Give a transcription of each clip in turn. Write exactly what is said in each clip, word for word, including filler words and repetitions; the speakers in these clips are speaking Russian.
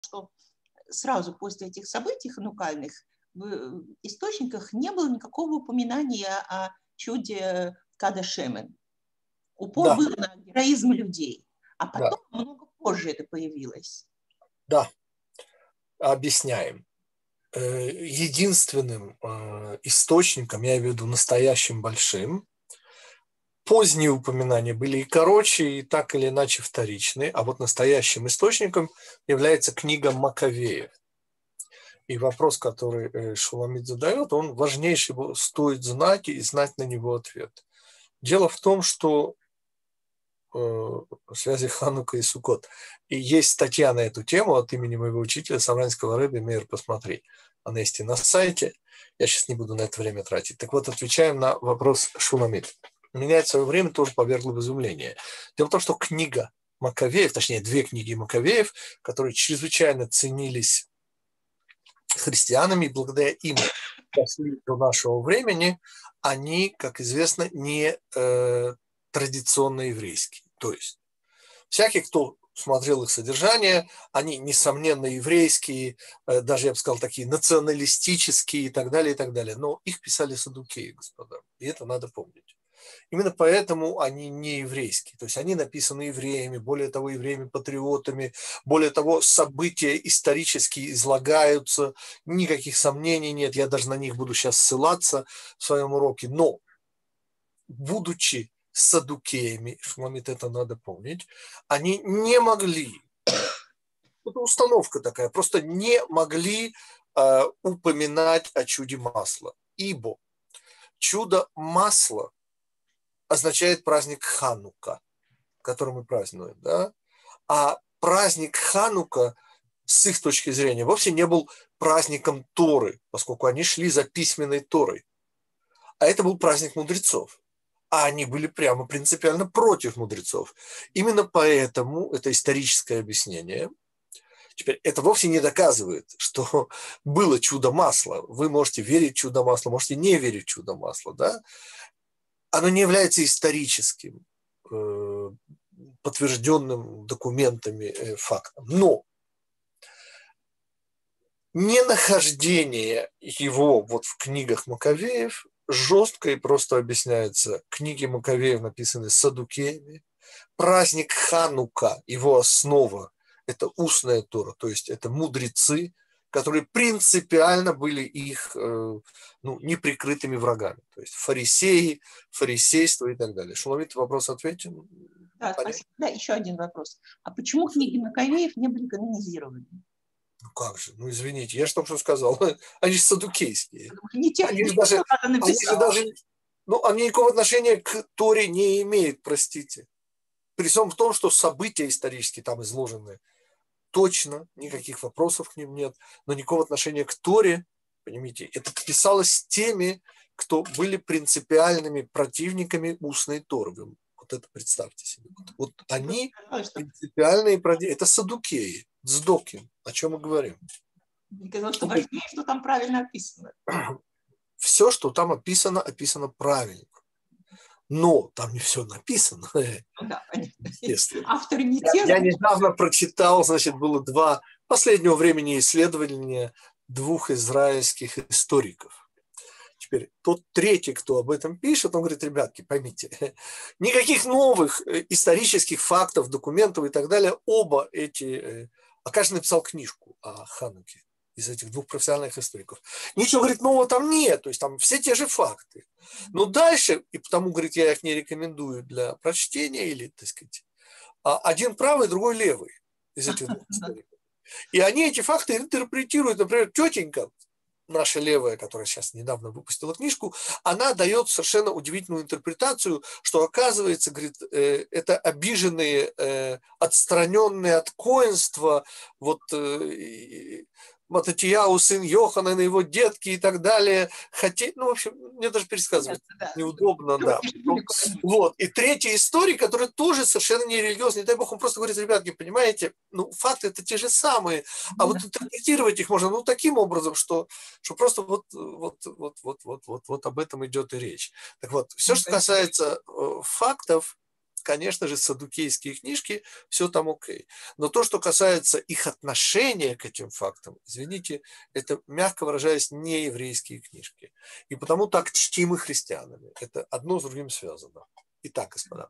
что сразу после этих событий ханукальных в источниках не было никакого упоминания о чуде Кадешемен. Упор Да. был на героизм людей. А потом Да. много позже это появилось. Да. Объясняем. Единственным источником, я имею в виду настоящим большим, поздние упоминания были и короче, и так или иначе вторичные, а вот настоящим источником является книга Маковеев. И вопрос, который Шуламит задает, он важнейший, стоит знать и знать на него ответ. Дело в том, что в связи Ханука и Суккот. И есть статья на эту тему от имени моего учителя Савранского Ребе, Мейер, посмотри. Она есть и на сайте. Я сейчас не буду на это время тратить. Так вот, отвечаем на вопрос Шуламит. Меня в свое время тоже повергло в изумление. Дело в том, что книга Маковеев, точнее, две книги Маковеев, которые чрезвычайно ценились христианами, и благодаря им дошли до нашего времени, они, как известно, не э, традиционно еврейские. То есть всякий, кто смотрел их содержание, они, несомненно, еврейские, э, даже, я бы сказал, такие националистические и так далее, и так далее. Но их писали саддукеи, господа, и это надо помнить. Именно поэтому они не еврейские. То есть они написаны евреями, более того, евреями-патриотами, более того, события исторически излагаются, никаких сомнений нет, я даже на них буду сейчас ссылаться в своем уроке. Но, будучи саддукеями, Шуламит, это надо помнить, они не могли, это установка такая, просто не могли э, упоминать о чуде масла. Ибо чудо масла означает праздник Ханука, который мы празднуем, да? А праздник Ханука с их точки зрения вовсе не был праздником Торы, поскольку они шли за письменной Торой. А это был праздник мудрецов. А они были прямо принципиально против мудрецов. Именно поэтому это историческое объяснение. Теперь это вовсе не доказывает, что было чудо масла. Вы можете верить в чудо масла, можете не верить в чудо масла, да? Оно не является историческим, подтвержденным документами фактом. Но ненахождение его вот в книгах Маковеев жестко и просто объясняется. Книги Маковеев написаны саддукеями. Праздник Ханука, его основа – это устная Тора, то есть это мудрецы, которые принципиально были их ну, неприкрытыми врагами. То есть фарисеи, фарисейство и так далее. Шуламит, вопрос ответен? Да, спасибо. Да, еще один вопрос. А почему книги Маковеев не были канонизированы? Ну как же, ну извините, я же только что сказал, они же саддукейские. Не тех, они же даже, они же даже, ну, они никакого отношения к Торе не имеют, простите. При всем в том, что события исторические там изложены точно, никаких вопросов к ним нет, но никакого отношения к Торе, понимаете, это писалось теми, кто были принципиальными противниками устной Торы. Вот это представьте себе. Вот они принципиальные противники, это саддукеи, цдоки, о чем мы говорим. Сказал, что важнее, что там правильно описано. Все, что там описано, описано правильно. Но там не все написано. Ну, да, естественно. Авторы не я, те. я недавно прочитал, значит, было два последнего времени исследования двух израильских историков. Теперь тот третий, кто об этом пишет, он говорит: ребятки, поймите, никаких новых исторических фактов, документов и так далее, оба эти, а каждый написал книжку о Хануке из этих двух профессиональных историков. Ничего, говорит, нового там нет, то есть там все те же факты. Но дальше, и потому, говорит, я их не рекомендую для прочтения, или, так сказать, один правый, другой левый из этих двух историков. И они эти факты интерпретируют, например, тетенька, наша левая, которая сейчас недавно выпустила книжку, она дает совершенно удивительную интерпретацию, что, оказывается, говорит, это обиженные, отстраненные от коэнства, вот Мататияу, сын Йоханана, его детки и так далее. Хотя, ну, в общем, мне даже пересказывать да. неудобно, да. Вот. И третий историк, который тоже совершенно не религиозный, не дай бог, он просто говорит: ребятки, понимаете, ну, факты это те же самые, а вот интерпретировать их можно, ну, таким образом, что, что просто вот, вот, вот, вот, вот, вот, вот об этом идет и речь. Так вот, все, что касается фактов, конечно же, саддукейские книжки, все там окей. Но то, что касается их отношения к этим фактам, извините, это, мягко выражаясь, не еврейские книжки. И потому так чтимы христианами. Это одно с другим связано. Итак, господа,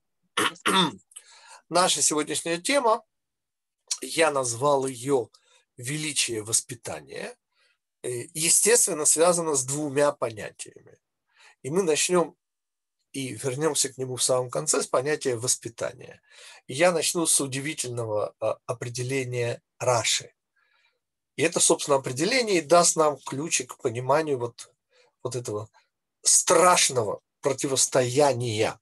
наша сегодняшняя тема, я назвал ее «Величие воспитания», естественно, связана с двумя понятиями. И мы начнем и вернемся к нему в самом конце с понятия воспитания. И я начну с удивительного определения Раши. И это, собственно, определение и даст нам ключик к пониманию вот, вот этого страшного противостояния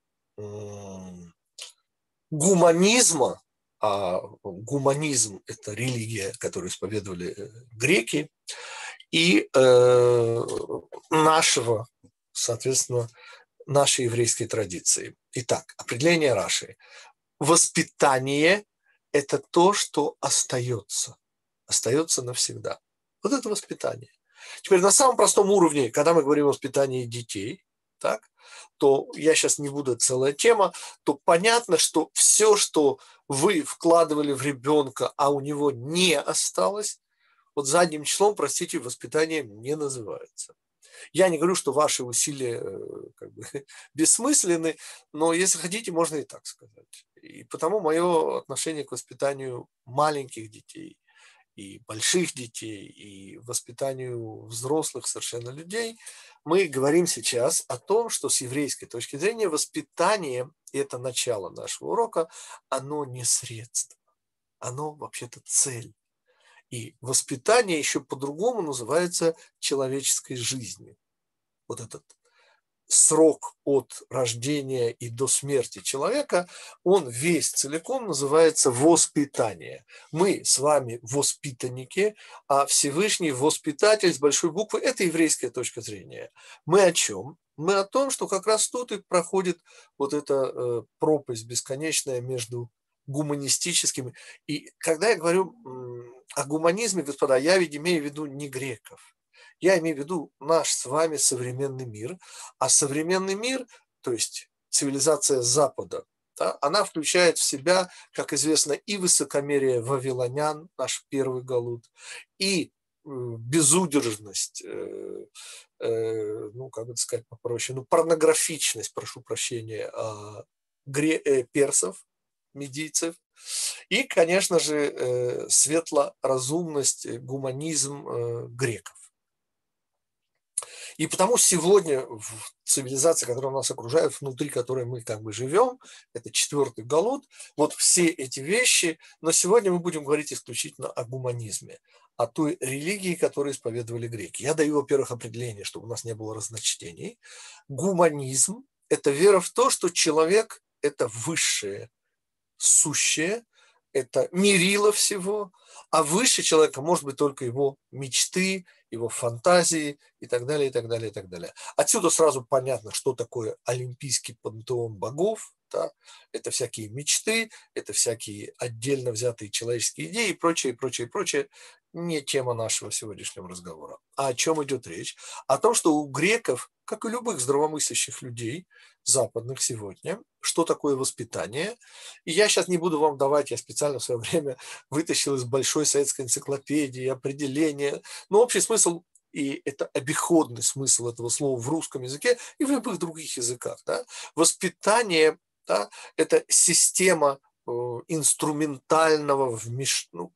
гуманизма, а гуманизм – это религия, которую исповедовали греки, и э, нашего, соответственно, нашей еврейской традиции. Итак, определение Раши. Воспитание – это то, что остается, остается навсегда. Вот это воспитание. Теперь на самом простом уровне, когда мы говорим о воспитании детей, так, то я сейчас не буду, это целая тема, то понятно, что все, что вы вкладывали в ребенка, а у него не осталось, вот задним числом, простите, воспитанием не называется. Я не говорю, что ваши усилия как бы бессмысленны, но если хотите, можно и так сказать. И потому мое отношение к воспитанию маленьких детей и больших детей, и воспитанию взрослых совершенно людей, мы говорим сейчас о том, что с еврейской точки зрения воспитание, и это начало нашего урока, оно не средство, оно вообще-то цель. И воспитание еще по-другому называется человеческой жизнью. Вот этот срок от рождения и до смерти человека, он весь целиком называется воспитание. Мы с вами воспитанники, а Всевышний воспитатель с большой буквы – это еврейская точка зрения. Мы о чем? Мы о том, что как раз тут и проходит вот эта пропасть бесконечная между гуманистическим. И когда я говорю о гуманизме, господа, я ведь имею в виду не греков. Я имею в виду наш с вами современный мир. А современный мир, то есть цивилизация Запада, да, она включает в себя, как известно, и высокомерие вавилонян, наш первый галут, и безудержность, э, э, ну, как это сказать попроще, ну, порнографичность, прошу прощения, э, гре, э, персов, медийцев, и, конечно же, светлоразумность, гуманизм греков. И потому сегодня в цивилизации, которая нас окружает, внутри которой мы как бы живем, это четвертый галут, вот все эти вещи, но сегодня мы будем говорить исключительно о гуманизме, о той религии, которую исповедовали греки. Я даю, во-первых, определение, чтобы у нас не было разночтений. Гуманизм – это вера в то, что человек – это высшее, сущее, это мерило всего, а выше человека может быть только его мечты, его фантазии и так далее, и так далее, и так далее. Отсюда сразу понятно, что такое олимпийский пантеон богов. Да? Это всякие мечты, это всякие отдельно взятые человеческие идеи и прочее, и прочее, и прочее. Не тема нашего сегодняшнего разговора. А о чем идет речь? О том, что у греков, как и любых здравомыслящих людей, западных сегодня, что такое воспитание. И я сейчас не буду вам давать, я специально в свое время вытащил из большой советской энциклопедии определение, но общий смысл, и это обиходный смысл этого слова в русском языке и в любых других языках. Да? Воспитание, да, это система э, инструментального вмеш... ну,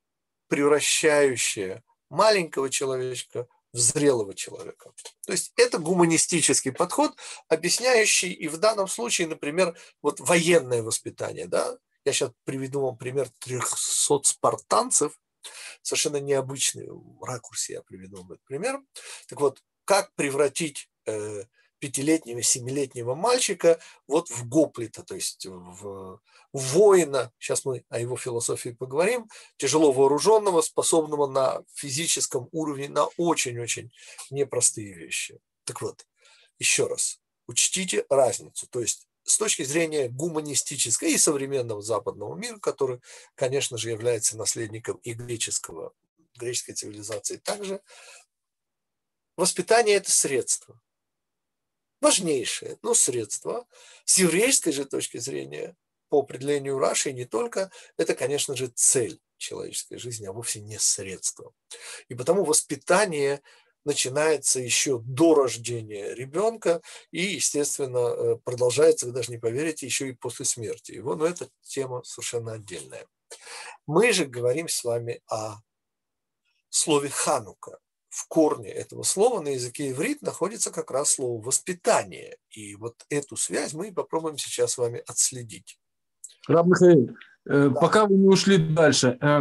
превращающая маленького человечка в зрелого человека. То есть это гуманистический подход, объясняющий и в данном случае, например, вот военное воспитание. Да? Я сейчас приведу вам пример трехсот спартанцев, совершенно необычный ракурс я приведу вам этот пример. Так вот, как превратить э, пятилетнего, семилетнего мальчика вот в гоплита, то есть в воина, сейчас мы о его философии поговорим, тяжело вооруженного, способного на физическом уровне на очень-очень непростые вещи. Так вот, еще раз, учтите разницу, то есть с точки зрения гуманистической и современного западного мира, который, конечно же, является наследником и греческого, греческой цивилизации также, воспитание – это средство. Важнейшее, но средство. С еврейской же точки зрения по определению Раши, не только, это, конечно же, цель человеческой жизни, а вовсе не средство. И потому воспитание начинается еще до рождения ребенка и, естественно, продолжается, вы даже не поверите, еще и после смерти его, но это тема совершенно отдельная. Мы же говорим с вами о слове «ханука». В корне этого слова на языке иврит находится как раз слово «воспитание». И вот эту связь мы попробуем сейчас с вами отследить. Раб Михаил, э, да. Пока вы не ушли дальше, э,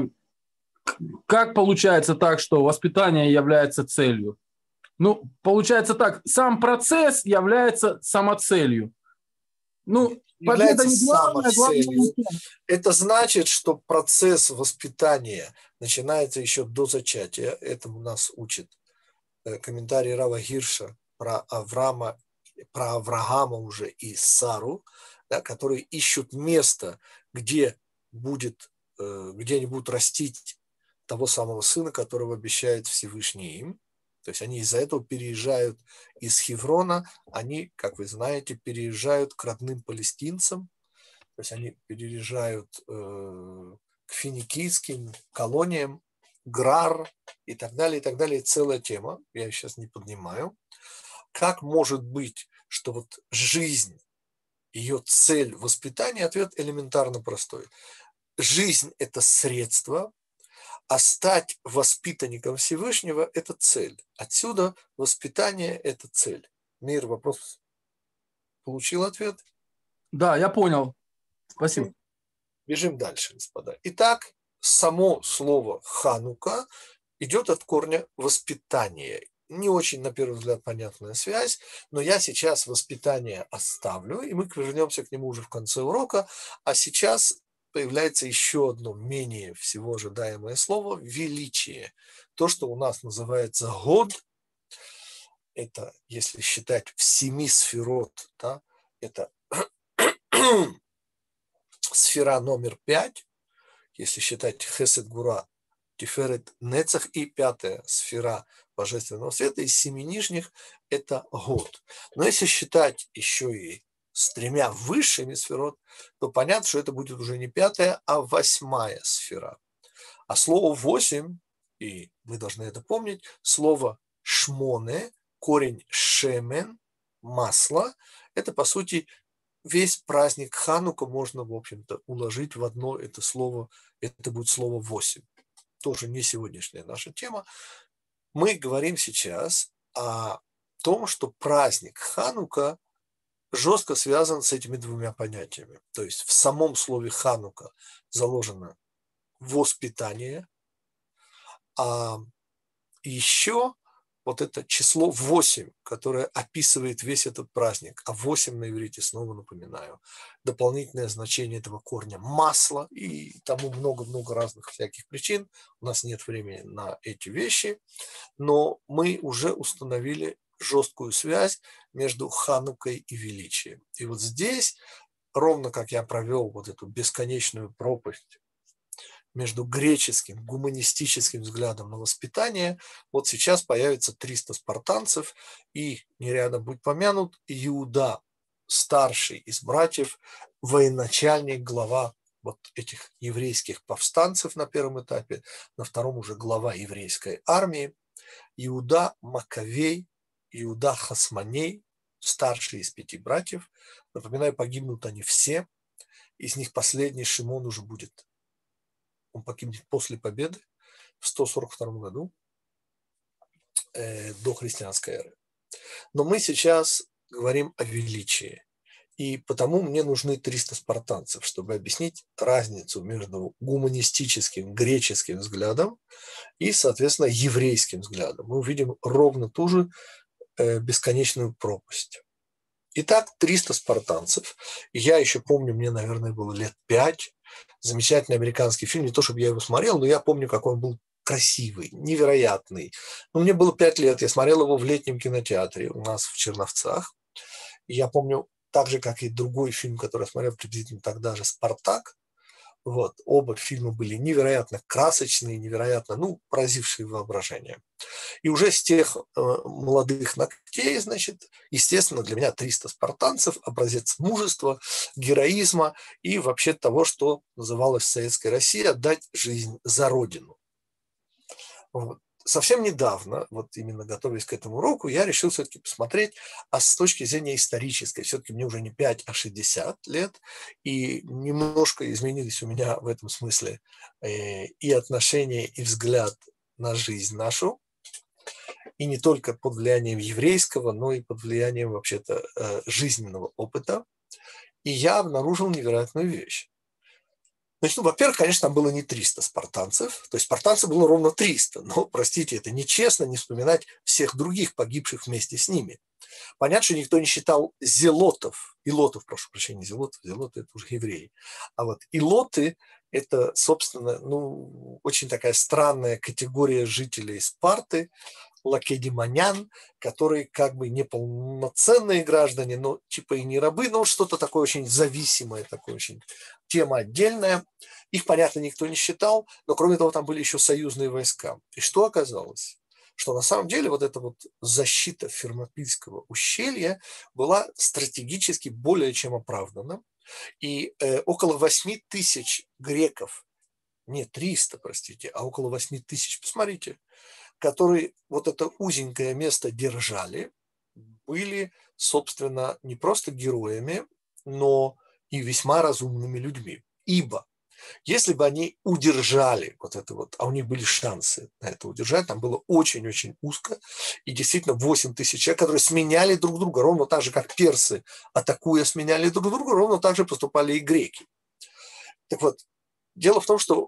как получается так, что воспитание является целью? Ну, получается так, сам процесс является самоцелью. Ну, является самоцелью. Это значит, что процесс воспитания начинается еще до зачатия. Этому нас учит комментарий Рава Гирша про Авраама, про Авраама уже и Сару, да, которые ищут место, где будет, где они будут растить того самого сына, которого обещает Всевышний им. То есть они из-за этого переезжают из Хеврона, они, как вы знаете, переезжают к родным палестинцам, то есть они переезжают э, к финикийским колониям, Грар и так далее, и так далее. Целая тема, я ее сейчас не поднимаю. Как может быть, что вот жизнь, ее цель воспитания, ответ элементарно простой. Жизнь – это средство, а стать воспитанником Всевышнего – это цель. Отсюда воспитание – это цель. Мир, вопрос получил ответ? Да, я понял. Спасибо. Бежим дальше, господа. Итак, само слово «ханука» идет от корня «воспитание». Не очень, на первый взгляд, понятная связь, но я сейчас воспитание оставлю, и мы вернемся к нему уже в конце урока. А сейчас появляется еще одно менее всего ожидаемое слово – величие. То, что у нас называется год, это, если считать в семи сферот, да, это сфера номер пять, если считать хесед гура, тиферет нецах, и пятая сфера божественного света из семи нижних – это год. Но если считать еще и с тремя высшими сферот, то понятно, что это будет уже не пятая, а восьмая сфера. А слово восемь, и вы должны это помнить, слово шмоне, корень шемен, масло, это по сути весь праздник Ханука можно, в общем-то, уложить в одно это слово, это будет слово восемь. Тоже не сегодняшняя наша тема. Мы говорим сейчас о том, что праздник Ханука жестко связан с этими двумя понятиями. То есть в самом слове «ханука» заложено воспитание, а еще вот это число восемь, которое описывает весь этот праздник. А восемь на иврите, снова напоминаю, дополнительное значение этого корня – масло, и тому много-много разных всяких причин. У нас нет времени на эти вещи, но мы уже установили жесткую связь между Ханукой и величием. И вот здесь, ровно как я провел вот эту бесконечную пропасть между греческим, гуманистическим взглядом на воспитание, вот сейчас появится триста спартанцев, и нерядом будь помянут Иуда, старший из братьев, военачальник, глава вот этих еврейских повстанцев на первом этапе, на втором уже глава еврейской армии, Иуда Маковей, Иуда Хасмоней, старший из пяти братьев. Напоминаю, погибнут они все. Из них последний Шимон уже будет. Он погибнет после победы в сто сорок втором году э, до христианской эры. Но мы сейчас говорим о величии. И потому мне нужны триста спартанцев, чтобы объяснить разницу между гуманистическим греческим взглядом и, соответственно, еврейским взглядом. Мы увидим ровно ту же бесконечную пропасть. Итак, триста спартанцев. Я еще помню, мне, наверное, было лет пять. Замечательный американский фильм. Не то, чтобы я его смотрел, но я помню, какой он был красивый, невероятный. Но мне было пять лет. Я смотрел его в летнем кинотеатре у нас в Черновцах. И я помню, так же, как и другой фильм, который я смотрел приблизительно тогда же, «Спартак», Вот, оба фильма были невероятно красочные, невероятно, ну, поразившие воображение. И уже с тех э, молодых ногтей, значит, естественно, для меня триста спартанцев – образец мужества, героизма и вообще того, что называлось в Советской России «отдать жизнь за Родину». Вот. Совсем недавно, вот именно готовясь к этому уроку, я решил все-таки посмотреть, а с точки зрения исторической, все-таки мне уже не пять, а шестьдесят лет, и немножко изменились у меня в этом смысле э, и отношения, и взгляд на жизнь нашу, и не только под влиянием еврейского, но и под влиянием вообще-то э, жизненного опыта. И я обнаружил невероятную вещь. Значит, ну, во-первых, конечно, там было не триста спартанцев, то есть спартанцев было ровно триста, но, простите, это нечестно не вспоминать всех других погибших вместе с ними. Понятно, что никто не считал зелотов, илотов, прошу прощения, зелотов, зелоты – это уже евреи, а вот илоты – это, собственно, ну, очень такая странная категория жителей Спарты, лакедемонян, которые как бы не полноценные граждане, но типа и не рабы, но что-то такое очень зависимое, такое очень тема отдельная. Их, понятно, никто не считал, но кроме того там были еще союзные войска. И что оказалось? Что на самом деле вот эта вот защита Фермопильского ущелья была стратегически более чем оправдана. И э, около восьми тысяч греков, не триста, простите, а около восьми тысяч, посмотрите, которые вот это узенькое место держали, были, собственно, не просто героями, но и весьма разумными людьми. Ибо если бы они удержали вот это вот, а у них были шансы на это удержать, там было очень-очень узко, и действительно восемь тысяч человек, которые сменяли друг друга, ровно так же, как персы, атакуя, сменяли друг друга, ровно так же поступали и греки. Так вот, дело в том, что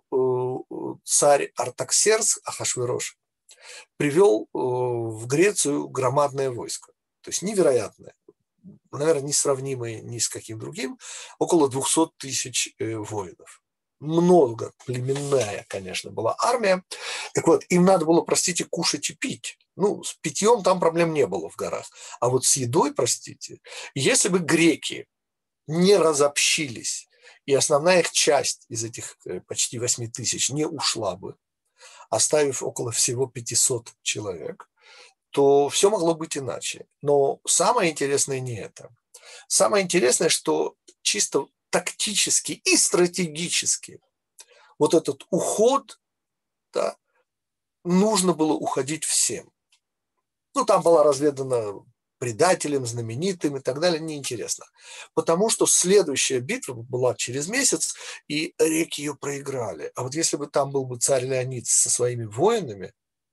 царь Артаксеркс, Ахашверош, привел в Грецию громадное войско, то есть невероятное, наверное, несравнимое ни с каким другим, около двухсот тысяч воинов. Много племенная, конечно, была армия. Так вот, им надо было, простите, кушать и пить. Ну, с питьем там проблем не было в горах. А вот с едой, простите, если бы греки не разобщились, и основная их часть из этих почти восьми тысяч не ушла бы, оставив около всего пятисот человек, то все могло быть иначе. Но самое интересное не это. Самое интересное, что чисто тактически и стратегически вот этот уход, да, нужно было уходить всем. Ну, там была разведана предателем, знаменитым и так далее, неинтересно. Потому что следующая битва была через месяц, и реки ее проиграли. А вот если бы там был бы царь Леонид со своими воинами,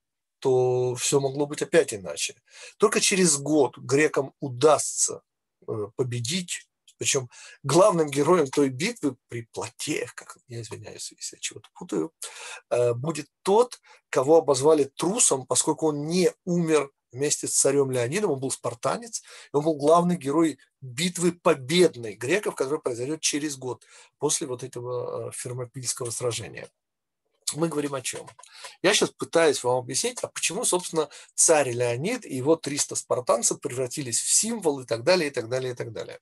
то все могло быть опять иначе. Только через год грекам удастся победить. Причем главным героем той битвы при Платее, как я извиняюсь, если я чего-то путаю, будет тот, кого обозвали трусом, поскольку он не умер вместе с царем Леонидом, он был спартанец, и он был главный герой битвы победной греков, которая произойдет через год после вот этого Фермопильского сражения. Мы говорим о чем? Я сейчас пытаюсь вам объяснить, а почему, собственно, царь Леонид и его триста спартанцев превратились в символ и так далее, и так далее, и так далее.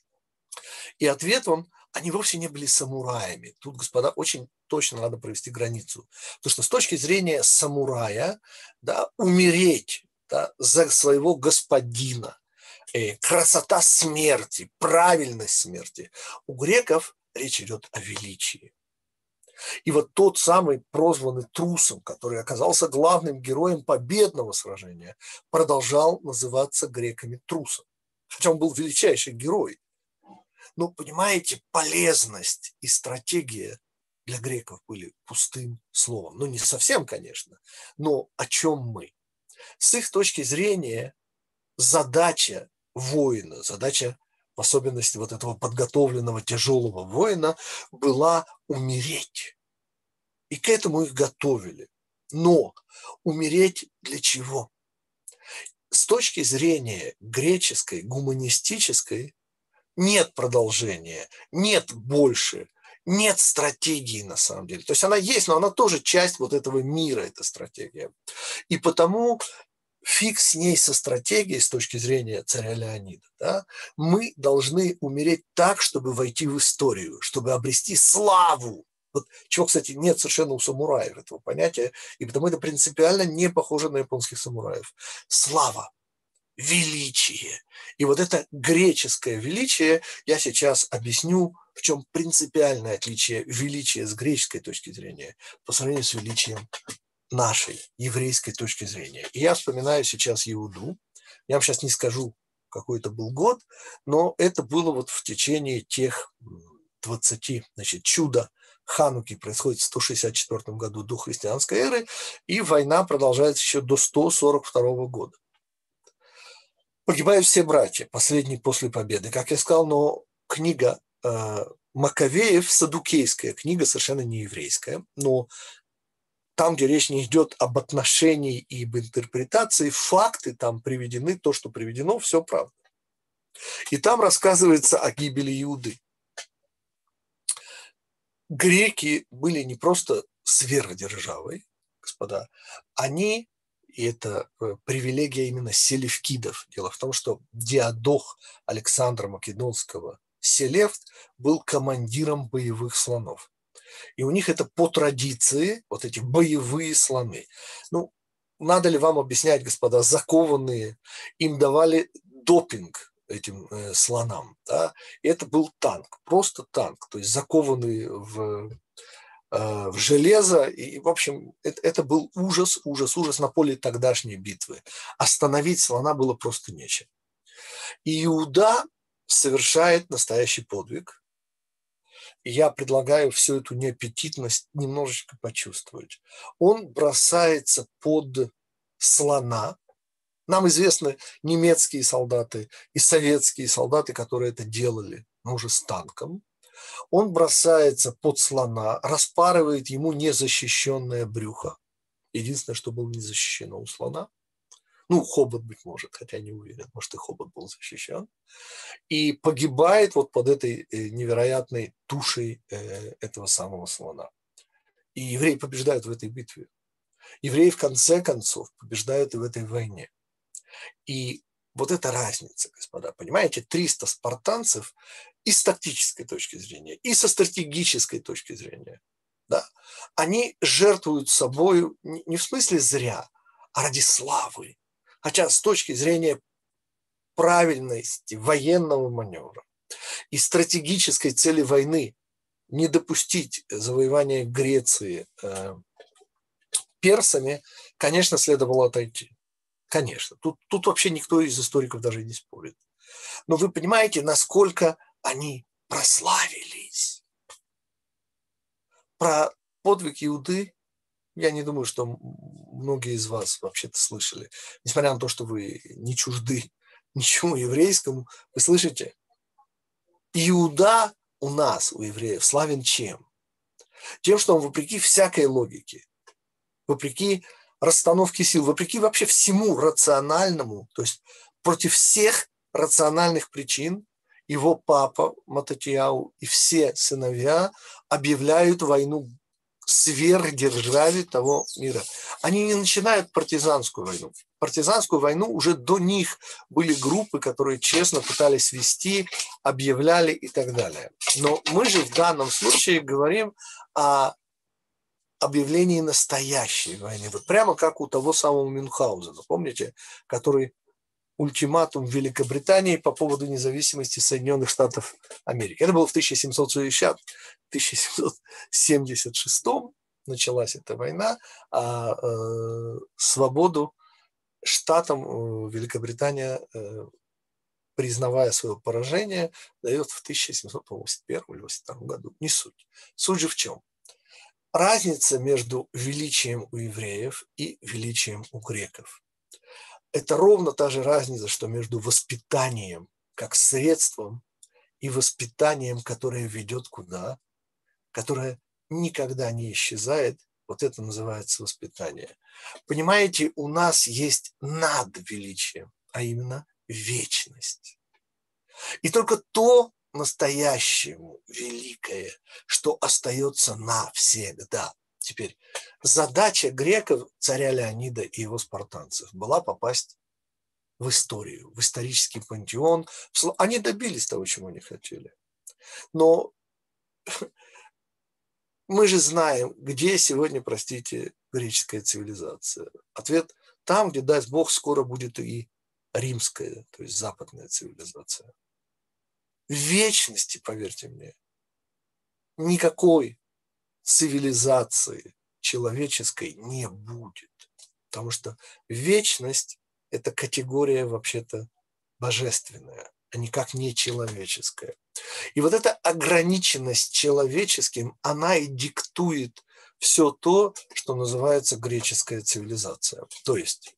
И ответ вам, они вовсе не были самураями. Тут, господа, очень точно надо провести границу. Потому что с точки зрения самурая, да, умереть, да, за своего господина, э, красота смерти, правильность смерти, у греков речь идет о величии. И вот тот самый прозванный трусом, который оказался главным героем победного сражения, продолжал называться греками трусом. Хотя он был величайший герой. Но, понимаете, полезность и стратегия для греков были пустым словом. Ну, не совсем, конечно, но о чем мы? С их точки зрения задача воина, задача в особенности вот этого подготовленного тяжелого воина была умереть. И к этому их готовили. Но умереть для чего? С точки зрения греческой, гуманистической, нет продолжения, нет больше, нет стратегии на самом деле. То есть она есть, но она тоже часть вот этого мира, эта стратегия. И потому фиг с ней со стратегией с точки зрения царя Леонида. Да? Мы должны умереть так, чтобы войти в историю, чтобы обрести славу. Вот чего, кстати, нет совершенно у самураев этого понятия, и потому это принципиально не похоже на японских самураев. Слава, величие. И вот это греческое величие я сейчас объясню, в чем принципиальное отличие величия с греческой точки зрения по сравнению с величием нашей еврейской точки зрения. И я вспоминаю сейчас Иуду. Я вам сейчас не скажу, какой это был год, но это было вот в течение тех двадцати, значит, чудо Хануки происходит в сто шестьдесят четвёртом году до христианской эры, и война продолжается еще до сто сорок второго года. Погибают все братья, последний после победы. Как я сказал, но книга э, Маковеев, саддукейская книга, совершенно не еврейская, но там, где речь не идет об отношении и об интерпретации, факты там приведены, то, что приведено, все правда. И там рассказывается о гибели Иуды. Греки были не просто сверхдержавой, господа, они, и это привилегия именно селевкидов. Дело в том, что Диадох Александра Македонского Селевт был командиром боевых слонов. И у них это по традиции, вот эти боевые слоны. Ну, надо ли вам объяснять, господа, закованные, им давали допинг этим э, слонам, да? И это был танк, просто танк, то есть закованный в, э, в железо. И, в общем, это, это был ужас, ужас, ужас на поле тогдашней битвы. Остановить слона было просто нечем. И Иуда совершает настоящий подвиг. И я предлагаю всю эту неаппетитность немножечко почувствовать. Он бросается под слона. Нам известны немецкие солдаты и советские солдаты, которые это делали, но уже с танком. Он бросается под слона, распарывает ему незащищенное брюхо. Единственное, что было не защищено у слона. Ну, хобот, быть может, хотя не уверен, может, и хобот был защищен. И погибает вот под этой невероятной тушей этого самого слона. И евреи побеждают в этой битве. Евреи, в конце концов, побеждают и в этой войне. И вот эта разница, господа, понимаете, триста спартанцев и с тактической точки зрения, и со стратегической точки зрения, да, они жертвуют собой не в смысле зря, а ради славы. Хотя с точки зрения правильности военного маневра и стратегической цели войны не допустить завоевания Греции э, персами, конечно, следовало отойти. Конечно, тут, тут вообще никто из историков даже не спорит. Но вы понимаете, насколько они прославились. Про подвиг Иуды я не думаю, что многие из вас вообще-то слышали. Несмотря на то, что вы не чужды ничему еврейскому, вы слышите? Иуда у нас, у евреев, славен чем? Тем, что он вопреки всякой логике, вопреки расстановке сил, вопреки вообще всему рациональному, то есть против всех рациональных причин, его папа Мататьяу и все сыновья объявляют войну сверхдержаве того мира. Они не начинают партизанскую войну. Партизанскую войну уже до них были группы, которые честно пытались вести, объявляли и так далее. Но мы же в данном случае говорим о объявлении настоящей войны. Вот прямо как у того самого Мюнхгаузена, помните, который ультиматум Великобритании по поводу независимости Соединенных Штатов Америки. Это было в тысяча семьсот семьдесят шестом началась эта война, а э, свободу штатам э, Великобритания, э, признавая свое поражение, дает в тысяча семьсот восемьдесят первом или восемьдесят втором году. Не суть. Суть же в чем? Разница между величием у евреев и величием у греков. Это ровно та же разница, что между воспитанием как средством и воспитанием, которое ведет куда, которое никогда не исчезает. Вот это называется воспитание. Понимаете, у нас есть над величием, а именно вечность. И только то настоящему великое, что остается навсегда. Теперь задача греков, царя Леонида и его спартанцев была попасть в историю, в исторический пантеон. Они добились того, чего они хотели. Но мы же знаем, где сегодня, простите, греческая цивилизация. Ответ – там, где, даст Бог, скоро будет и римская, то есть западная цивилизация. В вечности, поверьте мне, никакой цивилизации человеческой не будет. Потому что вечность – это категория вообще-то божественная, а никак не человеческая. И вот эта ограниченность человеческим, она и диктует все то, что называется греческая цивилизация. То есть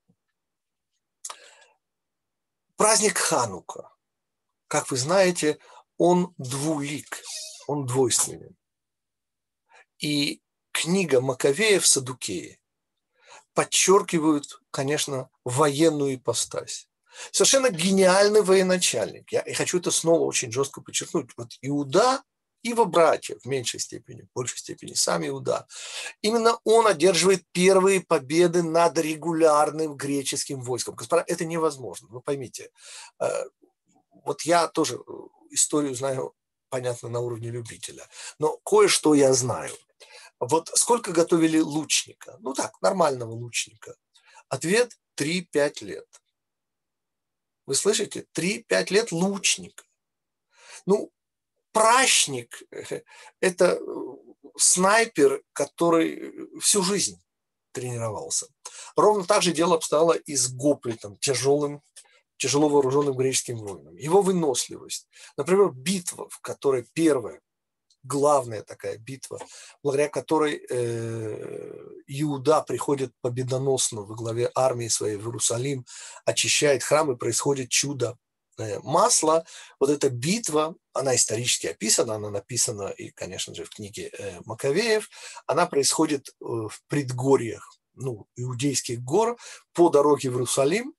праздник Ханука, как вы знаете, он двулик, он двойственен. И книга Маковеев «Саддукеи» подчеркивают, конечно, военную ипостась. Совершенно гениальный военачальник. Я, я хочу это снова очень жестко подчеркнуть. Вот Иуда и его братья в меньшей степени, в большей степени сам Иуда. Именно он одерживает первые победы над регулярным греческим войском. Господа, это невозможно, вы поймите. Вот я тоже историю знаю, понятно, на уровне любителя. Но кое-что я знаю. Вот сколько готовили лучника? Ну так, нормального лучника. Ответ – три-пять лет. Вы слышите? три-пять лет лучника. Ну, пращник – это снайпер, который всю жизнь тренировался. Ровно так же дело обстояло и с гоплитом, тяжелым, тяжело вооруженным греческим воином. Его выносливость. Например, битва, в которой первая, главная такая битва, благодаря которой э, Иуда приходит победоносно во главе армии своей в Иерусалим, очищает храм и происходит чудо э, масла. Вот эта битва, она исторически описана, она написана и, конечно же, в книге э, Маковеев, она происходит э, в предгорьях, ну, иудейских гор по дороге в Иерусалим,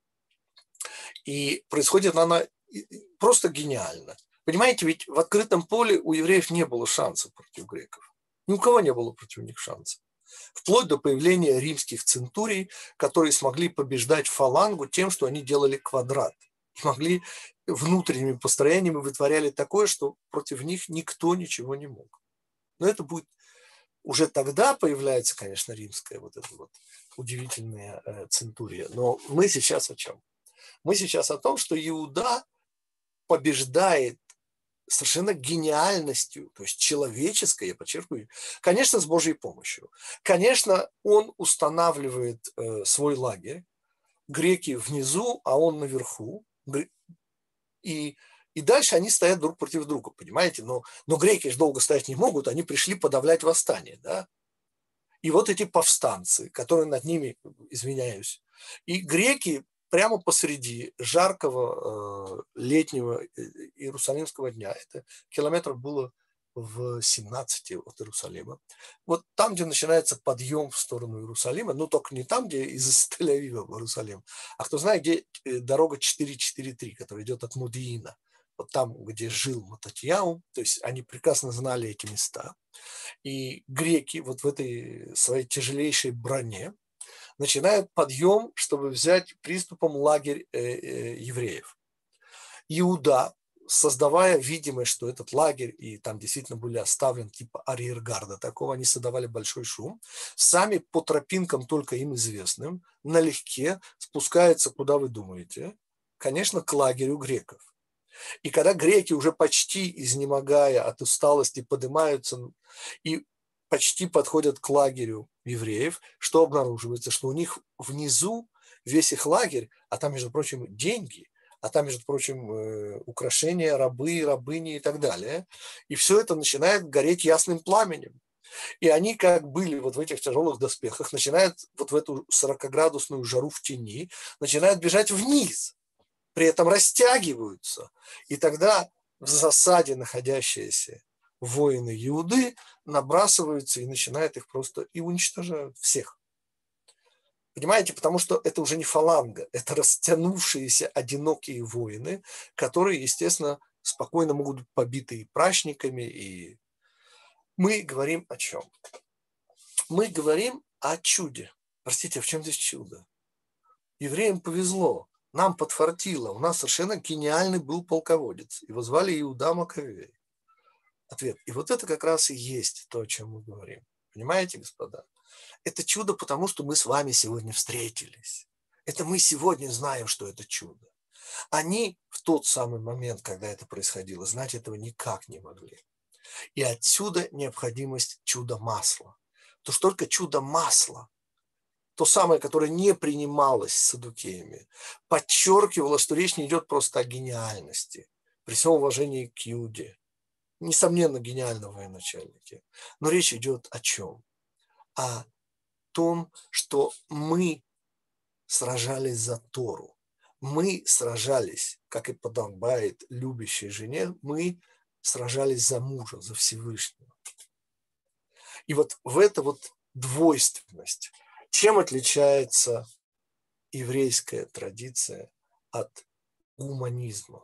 и происходит она просто гениально. Понимаете, ведь в открытом поле у евреев не было шансов против греков. Ни у кого не было против них шансов. Вплоть до появления римских центурий, которые смогли побеждать фалангу тем, что они делали квадрат. И могли внутренними построениями вытворяли такое, что против них никто ничего не мог. Но это будет... Уже тогда появляется, конечно, римская вот эта вот удивительная э, центурия. Но мы сейчас о чем? Мы сейчас о том, что Иуда побеждает совершенно гениальностью, то есть человеческой, я подчеркиваю, конечно, с Божьей помощью. Конечно, он устанавливает э, свой лагерь, греки внизу, а он наверху, и, и дальше они стоят друг против друга, понимаете? Но, но греки же долго стоять не могут, они пришли подавлять восстание, да? И вот эти повстанцы, которые над ними, извиняюсь, и греки прямо посреди жаркого э, летнего иерусалимского дня, это километров было в семнадцати от Иерусалима, вот там, где начинается подъем в сторону Иерусалима, ну только не там, где из Тель-Авива в Иерусалим, а кто знает, где дорога четыреста четырьдесят три, которая идет от Мудиина, вот там, где жил Мататьяу, то есть они прекрасно знали эти места. И греки вот в этой своей тяжелейшей броне начинают подъем, чтобы взять приступом лагерь э, э, евреев. Иуда, создавая видимость, что этот лагерь, и там действительно были оставлены типа арьергарда такого, они создавали большой шум, сами по тропинкам только им известным, налегке спускаются, куда вы думаете? Конечно, к лагерю греков. И когда греки уже почти изнемогая от усталости поднимаются и почти подходят к лагерю евреев, что обнаруживается, что у них внизу весь их лагерь, а там, между прочим, деньги, а там, между прочим, украшения, рабы, рабыни и так далее. И все это начинает гореть ясным пламенем. И они, как были вот в этих тяжелых доспехах, начинают вот в эту сорокаградусную жару в тени, начинают бежать вниз, при этом растягиваются. И тогда в засаде находящиеся воины Иуды набрасываются и начинают их просто и уничтожают всех. Понимаете, потому что это уже не фаланга, это растянувшиеся одинокие воины, которые, естественно, спокойно могут быть побиты и пращниками. И мы говорим о чем? Мы говорим о чуде. Простите, а в чем здесь чудо? Евреям повезло, нам подфартило, у нас совершенно гениальный был полководец. Его звали Иуда Маковей. Ответ. И вот это как раз и есть то, о чем мы говорим. Понимаете, господа? Это чудо, потому что мы с вами сегодня встретились. Это мы сегодня знаем, что это чудо. Они в тот самый момент, когда это происходило, знать этого никак не могли. И отсюда необходимость чуда масла. То что только чудо масла, то самое, которое не принималось саддукеями, подчеркивало, что речь не идет просто о гениальности, при всем уважении к Иуде. Несомненно, гениальном военачальнике. Но речь идет о чем? О том, что мы сражались за Тору. Мы сражались, как и подобает любящей жене, мы сражались за мужа, за Всевышнего. И вот в это вот двойственность. Чем отличается еврейская традиция от гуманизма?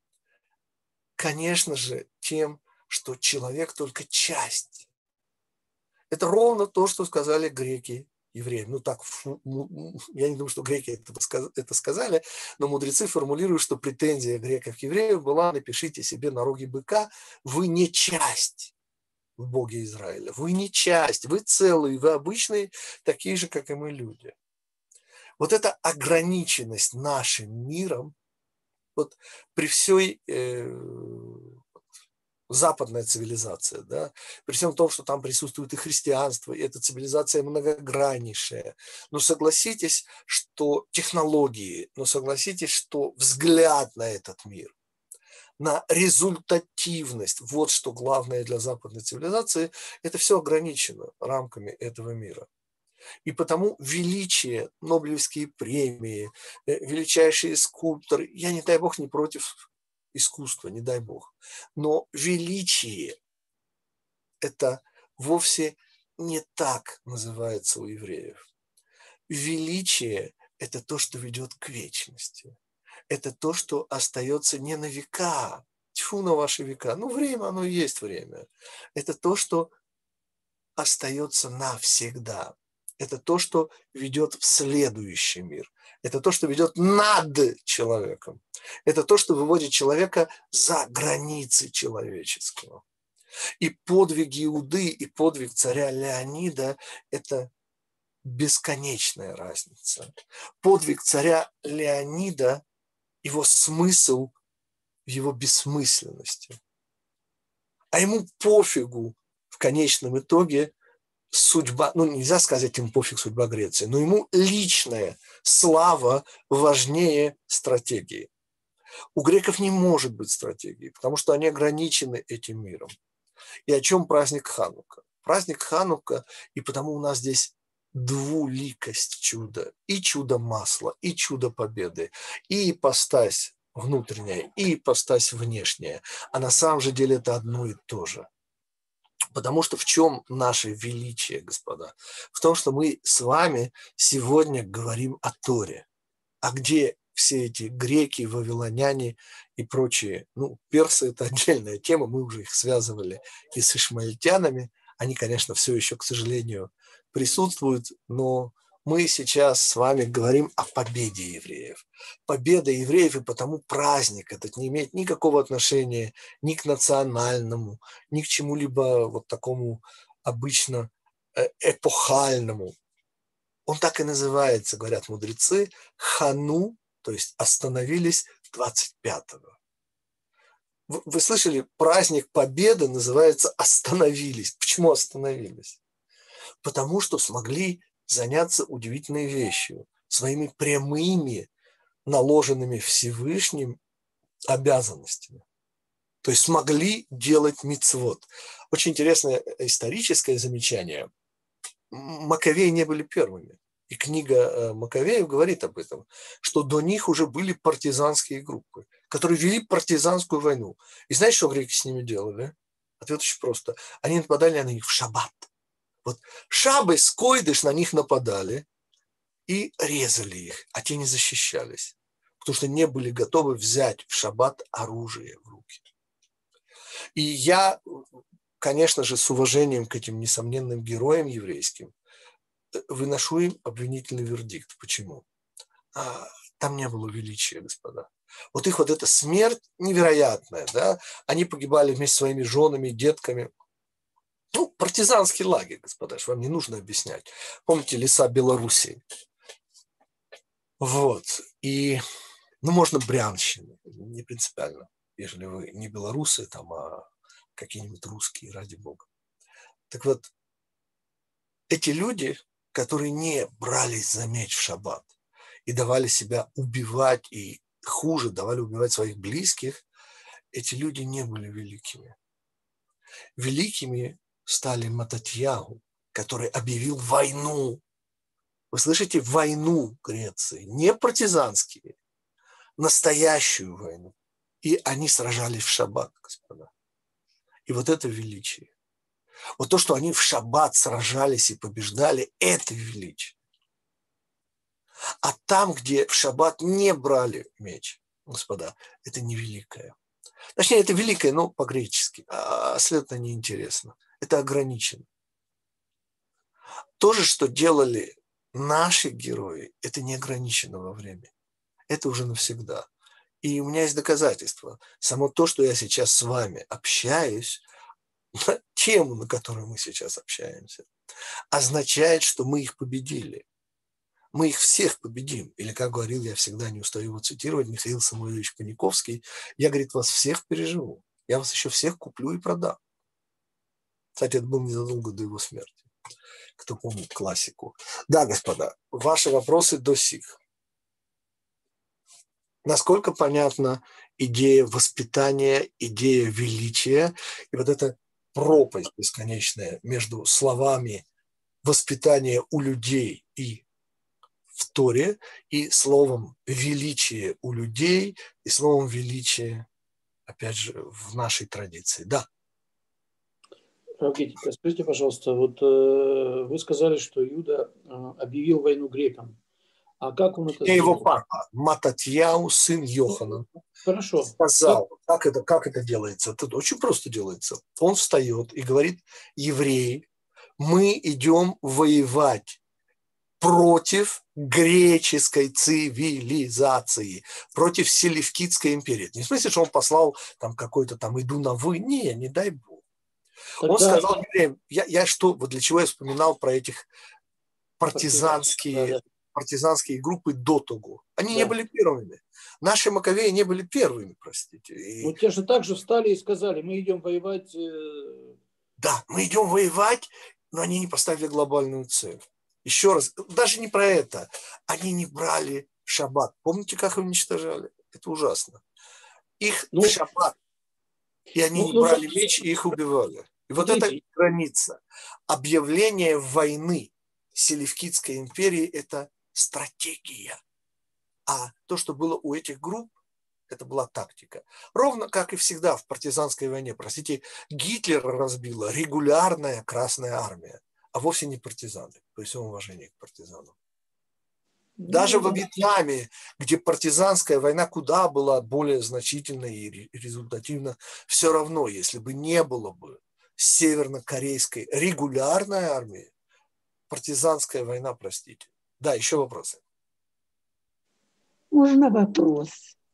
Конечно же, тем, что человек только часть. Это ровно то, что сказали греки евреям. Ну так, я не думаю, что греки это сказали, но мудрецы формулируют, что претензия греков к евреям была: напишите себе на роге быка, вы не часть в Боге Израиля, вы не часть, вы целые, вы обычные, такие же, как и мы, люди. Вот эта ограниченность нашим миром, вот при всей э, западная цивилизация, да, при всем том, что там присутствует и христианство, и эта цивилизация многограннейшая. Но согласитесь, что технологии, но согласитесь, что взгляд на этот мир, на результативность, вот что главное для западной цивилизации, это все ограничено рамками этого мира. И потому величие, Нобелевские премии, величайшие скульпторы, я, не дай бог, не против искусства, не дай бог, но величие это вовсе не так называется у евреев. Величие – это то, что ведет к вечности. Это то, что остается не на века, тьфу на ваши века, ну время, оно и есть время. Это то, что остается навсегда. Это то, что ведет в следующий мир. Это то, что ведет над человеком. Это то, что выводит человека за границы человеческого. И подвиг Иуды, и подвиг царя Леонида – это бесконечная разница. Подвиг царя Леонида, его смысл в его бессмысленности. А ему пофигу в конечном итоге судьба, ну нельзя сказать ему пофиг судьба Греции, но ему личная слава важнее стратегии. У греков не может быть стратегии, потому что они ограничены этим миром. И о чем праздник Ханука? Праздник Ханука, и потому у нас здесь двуликость чуда. И чудо масла, и чудо победы, и ипостась внутренняя, и ипостась внешняя. А на самом же деле это одно и то же. Потому что в чем наше величие, господа? В том, что мы с вами сегодня говорим о Торе. А где все эти греки, вавилоняне и прочие? Ну, персы – это отдельная тема, мы уже их связывали и с ишмаильтянами. Они, конечно, все еще, к сожалению, присутствуют, но мы сейчас с вами говорим о победе евреев. Победа евреев, и потому праздник этот не имеет никакого отношения ни к национальному, ни к чему-либо вот такому обычно эпохальному. Он так и называется, говорят мудрецы, Хану, то есть остановились двадцать пятого. Вы, вы слышали, праздник Победы называется «Остановились». Почему остановились? Потому что смогли заняться удивительной вещью, своими прямыми, наложенными Всевышним обязанностями. То есть смогли делать мицвот. Очень интересное историческое замечание. Маковеи не были первыми. И книга Маковеев говорит об этом, что до них уже были партизанские группы, которые вели партизанскую войну. И знаете, что греки с ними делали? Ответ очень просто. Они нападали на них в шаббат. Вот шаббес, койдыш на них нападали и резали их, а те не защищались, потому что не были готовы взять в шаббат оружие в руки. И я, конечно же, с уважением к этим несомненным героям еврейским, выношу им обвинительный вердикт. Почему? там не было величия, господа. Вот их вот эта смерть невероятная, да, они погибали вместе с своими женами, детками. Ну, партизанский лагерь, господа, вам не нужно объяснять. Помните леса Белоруссии? Вот. И, ну, можно Брянщины, не принципиально, если вы не белорусы, там, а какие-нибудь русские, ради бога. Так вот, эти люди, которые не брались за меч в шаббат и давали себя убивать, и хуже, давали убивать своих близких, эти люди не были великими. Великими стали Мататьягу, который объявил войну. Вы слышите, войну Греции, не партизанские, настоящую войну. И они сражались в шаббат, господа. И вот это величие. Вот то, что они в шаббат сражались и побеждали, это величие. А там, где в шаббат не брали меч, господа, это не великое. Точнее, это великое, но по-гречески, а следовательно неинтересно. Это ограничено. То же, что делали наши герои, это не ограничено во времени. Это уже навсегда. И у меня есть доказательства. Само то, что я сейчас с вами общаюсь, на тему, на которую мы сейчас общаемся, означает, что мы их победили. Мы их всех победим. Или, как говорил, я всегда не устаю его цитировать, Михаил Самуилович Паниковский, я, говорит, вас всех переживу. Я вас еще всех куплю и продам. Кстати, это было незадолго до его смерти. Кто помнит классику. Да, господа, ваши вопросы до сих. Насколько понятна идея воспитания, идея величия и вот эта пропасть бесконечная между словами воспитания у людей и в Торе, и словом величие у людей, и словом величие, опять же, в нашей традиции. Да. Равгитик, скажите, пожалуйста, вот э, вы сказали, что Иуда э, объявил войну грекам. А как он это Я сделал? его папа, Мататьяу, сын Йоханан, Хорошо. сказал, как это, как это делается. Это очень просто делается. Он встает и говорит: евреи, мы идем воевать против греческой цивилизации, против Селевкидской империи. Это не в смысле, что он послал там какой-то там «иду на вы». Не, не дай бог. Тогда... Он сказал евреям, я, я что, вот для чего я вспоминал про этих партизанские, да, да. партизанские группы до того. Они да. не были первыми. Наши маковеи не были первыми, простите. И... Ну, те же также встали и сказали, мы идем воевать. Э... Да, мы идем воевать, но они не поставили глобальную цель. Еще раз, даже не про это. Они не брали шаббат. Помните, как их уничтожали? Это ужасно. Их ну, в шаббат. И они ну, не брали ну, меч, и их убивали. И вот эта граница. Объявление войны Селевкидской империи – это стратегия. А то, что было у этих групп, это была тактика. Ровно как и всегда в партизанской войне. Простите, Гитлер разбила регулярная Красная Армия, а вовсе не партизаны, при всем уважении к партизанам. Даже во Вьетнаме, где партизанская война куда была более значительной и результативна, все равно, если бы не было бы северно-корейской регулярной армии, партизанская война, простите. Да, еще вопросы. Можно вопрос?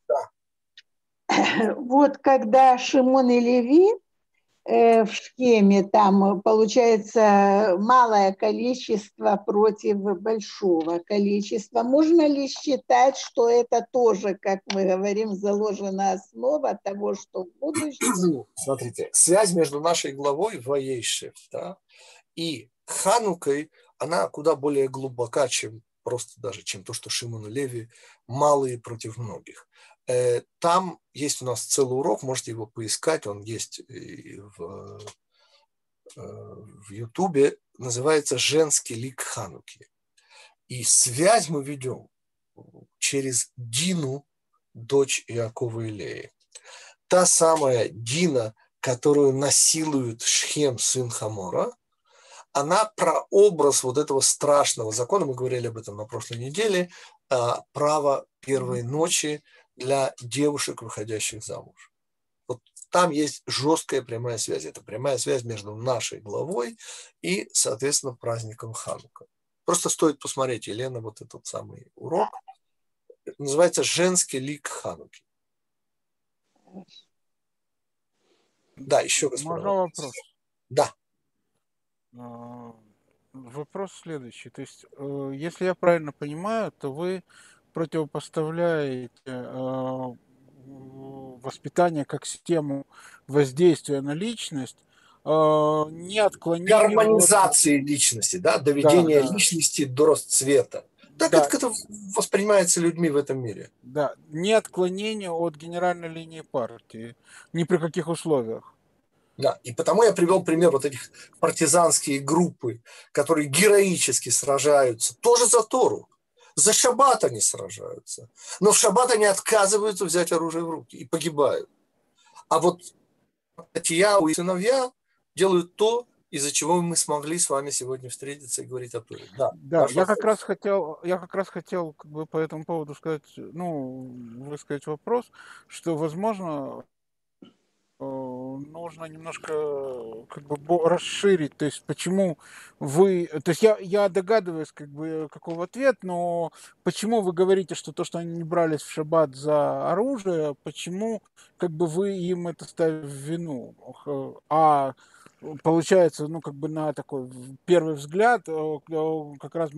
Да. Вот когда Шимон и Леви в Шхеме, там получается малое количество против большого количества. Можно ли считать, что это тоже, как мы говорим, заложена основа того, что в будущем? Смотрите, связь между нашей главой Ваейшев, да, и Ханукой, она куда более глубока, чем просто даже, чем то, что Шимон и Леви малые против многих. Там есть у нас целый урок, можете его поискать, он есть в, в Ютубе, называется «Женский лик Хануки». И связь мы ведем через Дину, дочь Иакова и Леи. Та самая Дина, которую насилует Шхем, сын Хамора, она прообраз вот этого страшного закона, мы говорили об этом на прошлой неделе, права первой ночи для девушек, выходящих замуж. Вот там есть жесткая прямая связь. Это прямая связь между нашей главой и, соответственно, праздником Ханука. Просто стоит посмотреть, Елена, вот этот самый урок. называется «Женский лик Хануки». Да, еще раз. Можно вопрос? Да. Вопрос следующий. То есть, если я правильно понимаю, то вы противопоставляете воспитание как систему воздействия на личность, не отклонение... Гармонизации от... личности, да, доведение да, да. личности до расцвета. Так да. это, это воспринимается людьми в этом мире. Да, не отклонение от генеральной линии партии, ни при каких условиях. Да, и потому я привел пример вот этих партизанские группы, которые героически сражаются, тоже за Тору. За шаббат они сражаются. Но в шаббат они отказываются взять оружие в руки и погибают. А вот Матияу и сыновья делают то, из-за чего мы смогли с вами сегодня встретиться и говорить о Торе. Да, да я как раз хотел, я как раз хотел как бы по этому поводу сказать, ну, высказать вопрос, что, возможно, нужно немножко как бы расширить, то есть почему вы, то есть я, я догадываюсь как бы каков ответ, но почему вы говорите, что то, что они не брались в шаббат за оружие, почему как бы вы им это ставите в вину, а получается, ну как бы на такой первый взгляд как раз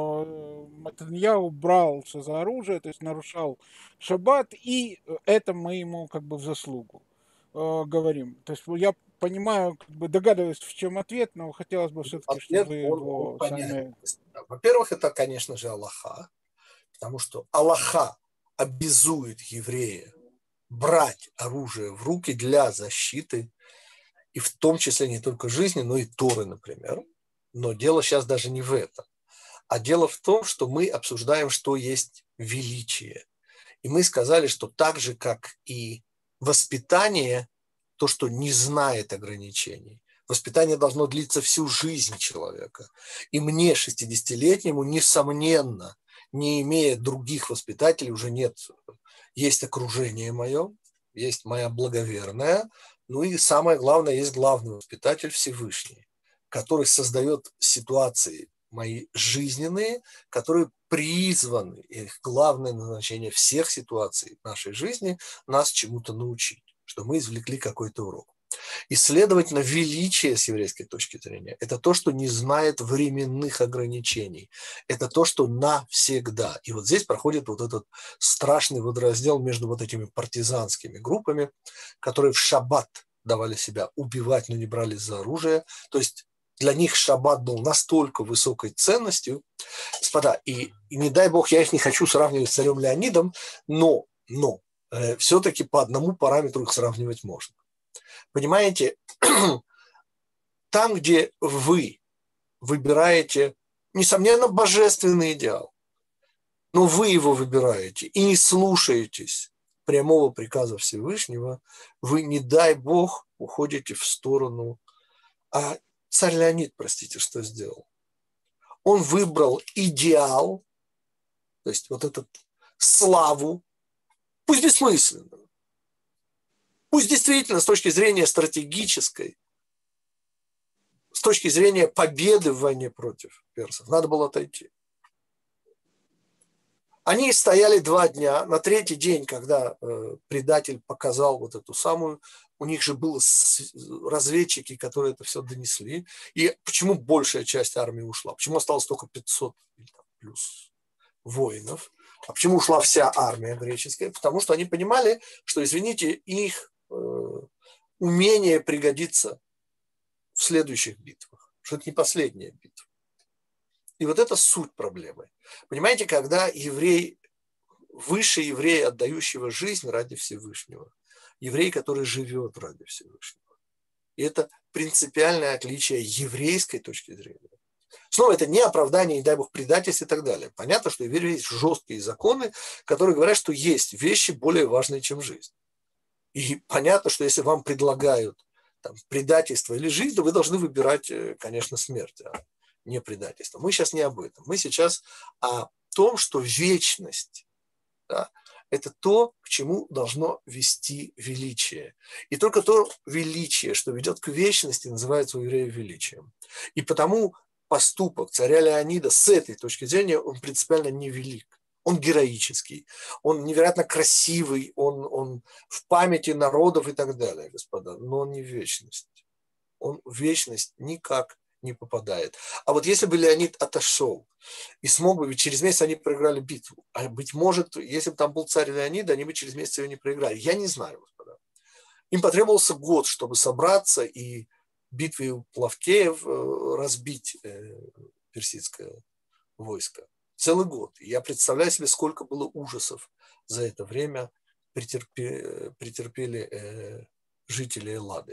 Матаньяу брался за оружие, то есть нарушал шаббат, и это мы ему как бы в заслугу говорим. То есть я понимаю, как бы догадываюсь, в чем ответ, но хотелось бы все-таки, чтобы вы его сами... Во-первых, это, конечно же, Аллаха, потому что Аллаха обязует еврея брать оружие в руки для защиты, и в том числе не только жизни, но и Торы, например. Но дело сейчас даже не в этом. А дело в том, что мы обсуждаем, что есть величие. И мы сказали, что так же, как и воспитание, то, что не знает ограничений. Воспитание должно длиться всю жизнь человека. И мне, шестидесятилетнему, несомненно, не имея других воспитателей, уже нет. Есть окружение мое, есть моя благоверная, ну и самое главное, есть главный воспитатель Всевышний, который создает ситуации мои жизненные, которые призваны, их главное назначение всех ситуаций нашей жизни нас чему-то научить, что мы извлекли какой-то урок. И, следовательно, величие с еврейской точки зрения – это то, что не знает временных ограничений. Это то, что навсегда. И вот здесь проходит вот этот страшный водораздел между вот этими партизанскими группами, которые в шаббат давали себя убивать, но не брались за оружие. То есть для них шаббат был настолько высокой ценностью. Господа, и, и не дай бог, я их не хочу сравнивать с царем Леонидом, но, но э, все-таки по одному параметру их сравнивать можно. Понимаете, там, где вы выбираете, несомненно, божественный идеал, но вы его выбираете и не слушаетесь прямого приказа Всевышнего, вы, не дай бог, уходите в сторону. А царь Леонид, простите, что сделал? Он выбрал идеал, то есть вот эту славу, пусть бессмысленную, пусть действительно с точки зрения стратегической, с точки зрения победы в войне против персов, надо было отойти. Они стояли два дня. На третий день, когда э, предатель показал вот эту самую, у них же были разведчики, которые это все донесли. И почему большая часть армии ушла? Почему осталось только пятьсот плюс воинов? А почему ушла вся армия греческая? Потому что они понимали, что, извините, их э, умение пригодится в следующих битвах, что это не последняя битва. И вот это суть проблемы. Понимаете, когда еврей, выше еврея, отдающего жизнь ради Всевышнего, еврей, который живет ради Всевышнего. И это принципиальное отличие еврейской точки зрения. Снова, это не оправдание, не дай бог, предательств и так далее. Понятно, что в вере есть жесткие законы, которые говорят, что есть вещи более важные, чем жизнь. И понятно, что если вам предлагают там, предательство или жизнь, то вы должны выбирать, конечно, смерть, а не предательство. Мы сейчас не об этом. Мы сейчас о том, что вечность, да, это то, к чему должно вести величие. И только то величие, что ведет к вечности, называется у евреев величием. И потому поступок царя Леонида с этой точки зрения, он принципиально невелик. Он героический, он невероятно красивый, он, он в памяти народов и так далее, господа, но он не в вечность. Он в вечность никак не попадает. А вот если бы Леонид отошел и смог бы, ведь через месяц они проиграли битву, а быть может, если бы там был царь Леонид, они бы через месяц ее не проиграли. Я не знаю, господа. Им потребовался год, чтобы собраться и в битве у Плавтеев разбить персидское войско. Целый год. Я представляю себе, сколько было ужасов за это время претерпели, претерпели э, жители Эллады.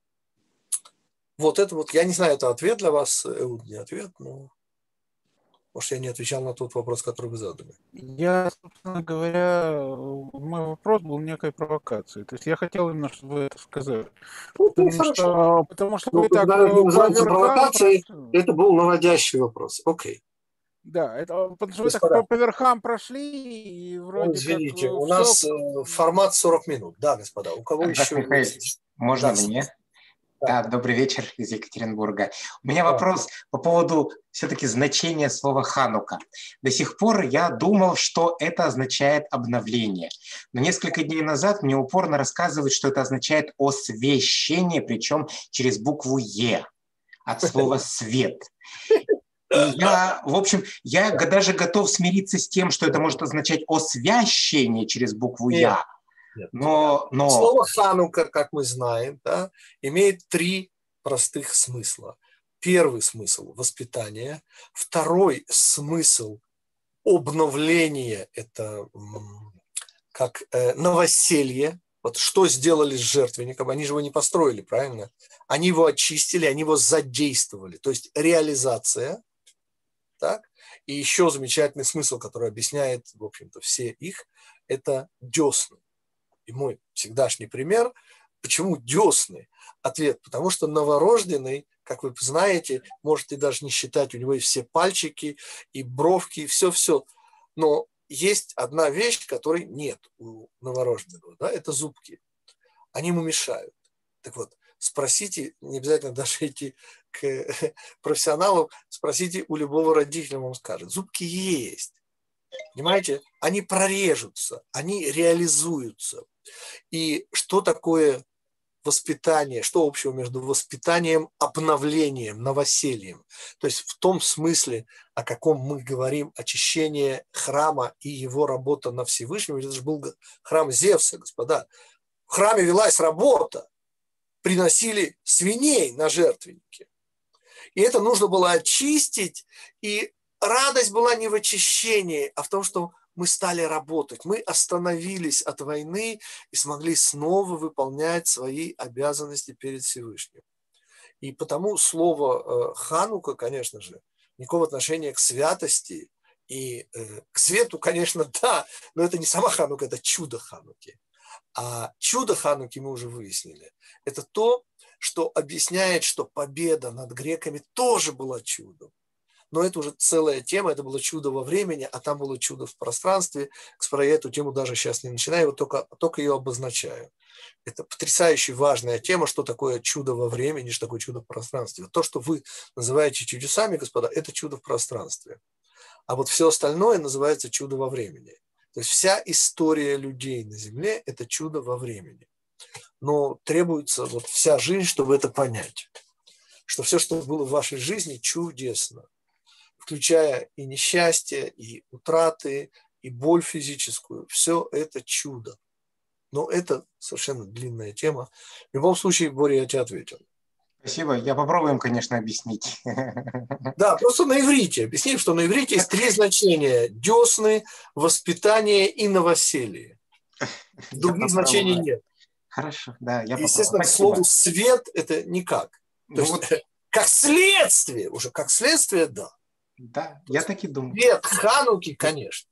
Вот это вот, я не знаю, это ответ для вас, Эуд, не ответ, но может, я не отвечал на тот вопрос, который вы задали. Я, собственно говоря, мой вопрос был некой провокацией. То есть я хотел именно, чтобы вы это сказали. Ну, потому, что, потому что ну, вы так... Называется провокацией, это был наводящий вопрос. Окей. Да, это, потому что Господа, вы так по, по верхам прошли и вроде ну, извините, как... у все... нас формат сорок минут. Да, господа, у кого Агат еще Михаил, есть? можно да, мне? Да. Да, добрый вечер из Екатеринбурга. У меня да. вопрос по поводу все-таки значения слова «ханука». До сих пор я думал, что это означает обновление. Но несколько дней назад мне упорно рассказывают, что это означает освещение, причем через букву «е» от слова «свет». И я, в общем, я даже готов смириться с тем, что это может означать освящение через букву «я». Нет. Но, но... Слово «ханука», как мы знаем, да, имеет три простых смысла. Первый смысл – воспитание. Второй смысл – обновление, это как э, новоселье. Вот что сделали с жертвенником? Они же его не построили, правильно? Они его очистили, они его задействовали. То есть реализация. Так? И еще замечательный смысл, который объясняет, в общем-то, все их, это десны. И мой всегдашний пример, почему десны? Ответ, потому что новорожденный, как вы знаете, можете даже не считать, у него есть все пальчики и бровки, и все-все. Но есть одна вещь, которой нет у новорожденного, да, это зубки. Они ему мешают. Так вот, спросите, не обязательно даже идти к профессионалу, спросите у любого родителя, он вам скажет, зубки есть. Понимаете, они прорежутся, они реализуются. И что такое воспитание, что общего между воспитанием, обновлением, новосельем? То есть в том смысле, о каком мы говорим, очищение храма и его работа на Всевышнем, это же был храм Зевса, господа. В храме велась работа, приносили свиней на жертвенники. И это нужно было очистить, и радость была не в очищении, а в том, что мы стали работать, мы остановились от войны и смогли снова выполнять свои обязанности перед Всевышним. И потому слово «ханука», конечно же, никакого отношения к святости и к свету, конечно, да, но это не сама Ханука, это чудо Хануки. А чудо Хануки, мы уже выяснили, это то, что объясняет, что победа над греками тоже была чудом. Но это уже целая тема, это было чудо во времени, а там было чудо в пространстве. Про эту тему даже сейчас не начинаю, вот только, только ее обозначаю. Это потрясающе важная тема, что такое чудо во времени, что такое чудо в пространстве. Вот то, что вы называете чудесами, господа, это чудо в пространстве. А вот все остальное называется чудо во времени. То есть вся история людей на Земле – это чудо во времени. Но требуется вот вся жизнь, чтобы это понять. Что все, что было в вашей жизни, чудесно. Включая и несчастье, и утраты, и боль физическую. Все это чудо. Но это совершенно длинная тема. В любом случае, Боря, я тебе ответил. Спасибо. Я попробую, конечно, объяснить. Да, просто на иврите. Объясним, что на иврите есть три значения. Десны, воспитание и новоселье. Других значений нет. Хорошо, да, я попробую. Естественно, к слову свет это никак. То есть, вот... как следствие, уже как следствие, да. Да, я так и думаю. Нет, Хануки, конечно.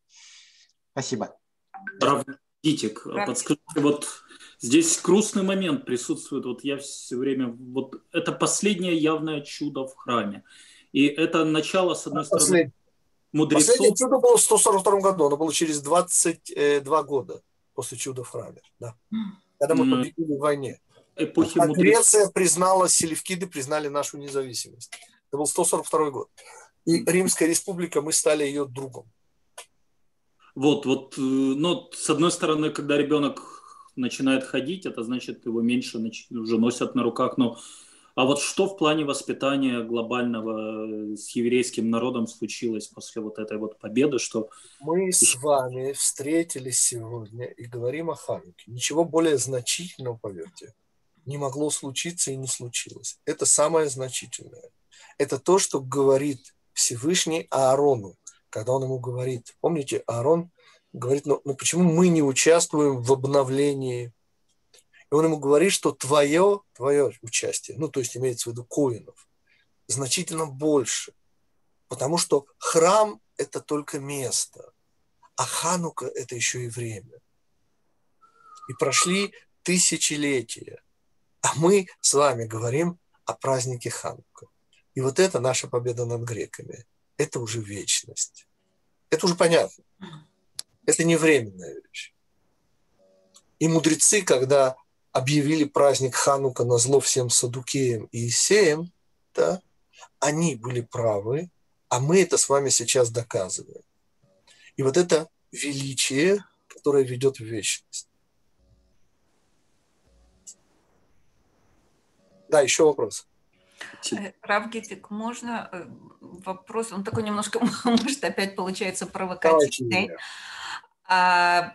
Спасибо. Равдитик, подскажите, вот здесь грустный момент присутствует. Вот я все время... Вот это последнее явное чудо в храме. И это начало, с одной Послед... стороны, мудрецов... Последнее чудо было в сто сорок втором году. Оно было через двадцать два года после чуда в храме. Да. Когда мы победили в войне. Эпохи а мудрецов... Греция признала, селевкиды признали нашу независимость. Это был сто сорок второй год. И Римская республика, мы стали ее другом. Вот, вот, но с одной стороны, когда ребенок начинает ходить, это значит, его меньше нач... уже носят на руках. Но а вот что в плане воспитания глобального с еврейским народом случилось после вот этой вот победы, что... Мы с вами встретились сегодня и говорим о Хануке. Ничего более значительного, поверьте, не могло случиться и не случилось. Это самое значительное. Это то, что говорит Всевышний Аарону, когда он ему говорит. Помните, Аарон говорит, ну, ну почему мы не участвуем в обновлении? И он ему говорит, что твое, твое участие, ну то есть имеется в виду коинов, значительно больше. Потому что храм – это только место, а Ханука – это еще и время. И прошли тысячелетия, а мы с вами говорим о празднике Ханука. И вот это наша победа над греками. Это уже вечность. Это уже понятно. Это не временная вещь. И мудрецы, когда объявили праздник Ханука назло всем саддукеям и иссеям, да, они были правы, а мы это с вами сейчас доказываем. И вот это величие, которое ведет в вечность. Да, еще вопрос. Рав Гитик, можно вопрос? Он такой немножко, может, опять получается провокативный. А,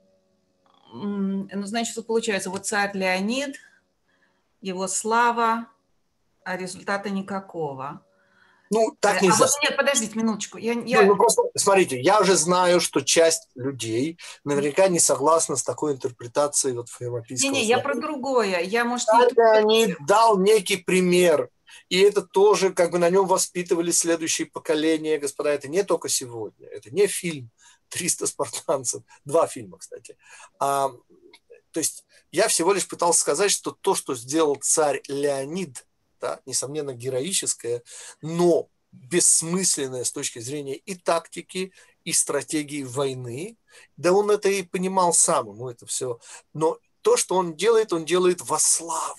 ну, значит, что получается? Вот царь Леонид, его слава, а результата никакого. Ну, так нельзя. А вот нет, подождите минуточку. Я, я... Ну, ну, просто, смотрите, я уже знаю, что часть людей наверняка не согласна с такой интерпретацией вот европейского. Не-не, я про другое. Я, может, не дал некий пример, и это тоже, как бы на нем воспитывали следующие поколения, господа. Это не только сегодня, это не фильм «триста спартанцев», два фильма, кстати. А, то есть я всего лишь пытался сказать, что то, что сделал царь Леонид, да, несомненно, героическое, но бессмысленное с точки зрения и тактики, и стратегии войны. Да он это и понимал сам, ему это все. Но то, что он делает, он делает во славу.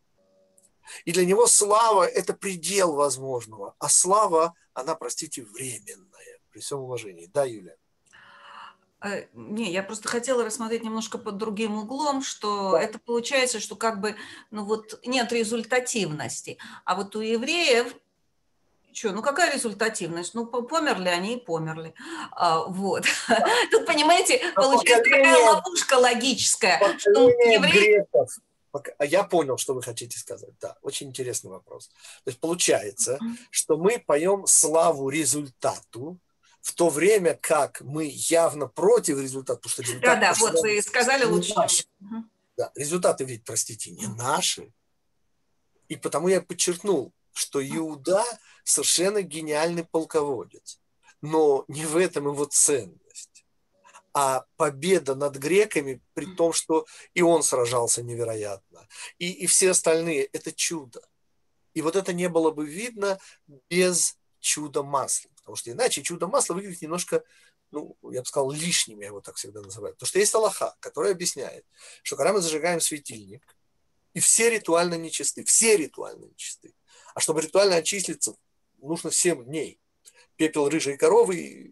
И для него слава – это предел возможного. А слава, она, простите, временная, при всем уважении. Да, Юля? Не, я просто хотела рассмотреть немножко под другим углом, что да. Это получается, что как бы, ну вот нет результативности. А вот у евреев, что, ну какая результативность? Ну померли они и померли. А, вот. Тут, понимаете, получается такая ловушка логическая. Евреи... Я понял, что вы хотите сказать. Да, очень интересный вопрос. То есть получается, что мы поем славу результату, в то время как мы явно против результата, потому что результаты... Да, да, вот вы сказали лучше. Угу. Да, результаты ведь, простите, не наши. И потому я подчеркнул, что Иуда совершенно гениальный полководец. Но не в этом его ценность. А победа над греками, при том, что и он сражался невероятно, и, и все остальные, это чудо. И вот это не было бы видно без чуда масла. Потому что иначе чудо масла выглядит немножко, ну, я бы сказал, лишним, я его так всегда называю. Потому что есть алаха, которая объясняет, что когда мы зажигаем светильник, и все ритуально нечисты, все ритуально нечисты. А чтобы ритуально очиститься, нужно семь дней. Пепел рыжей коровы,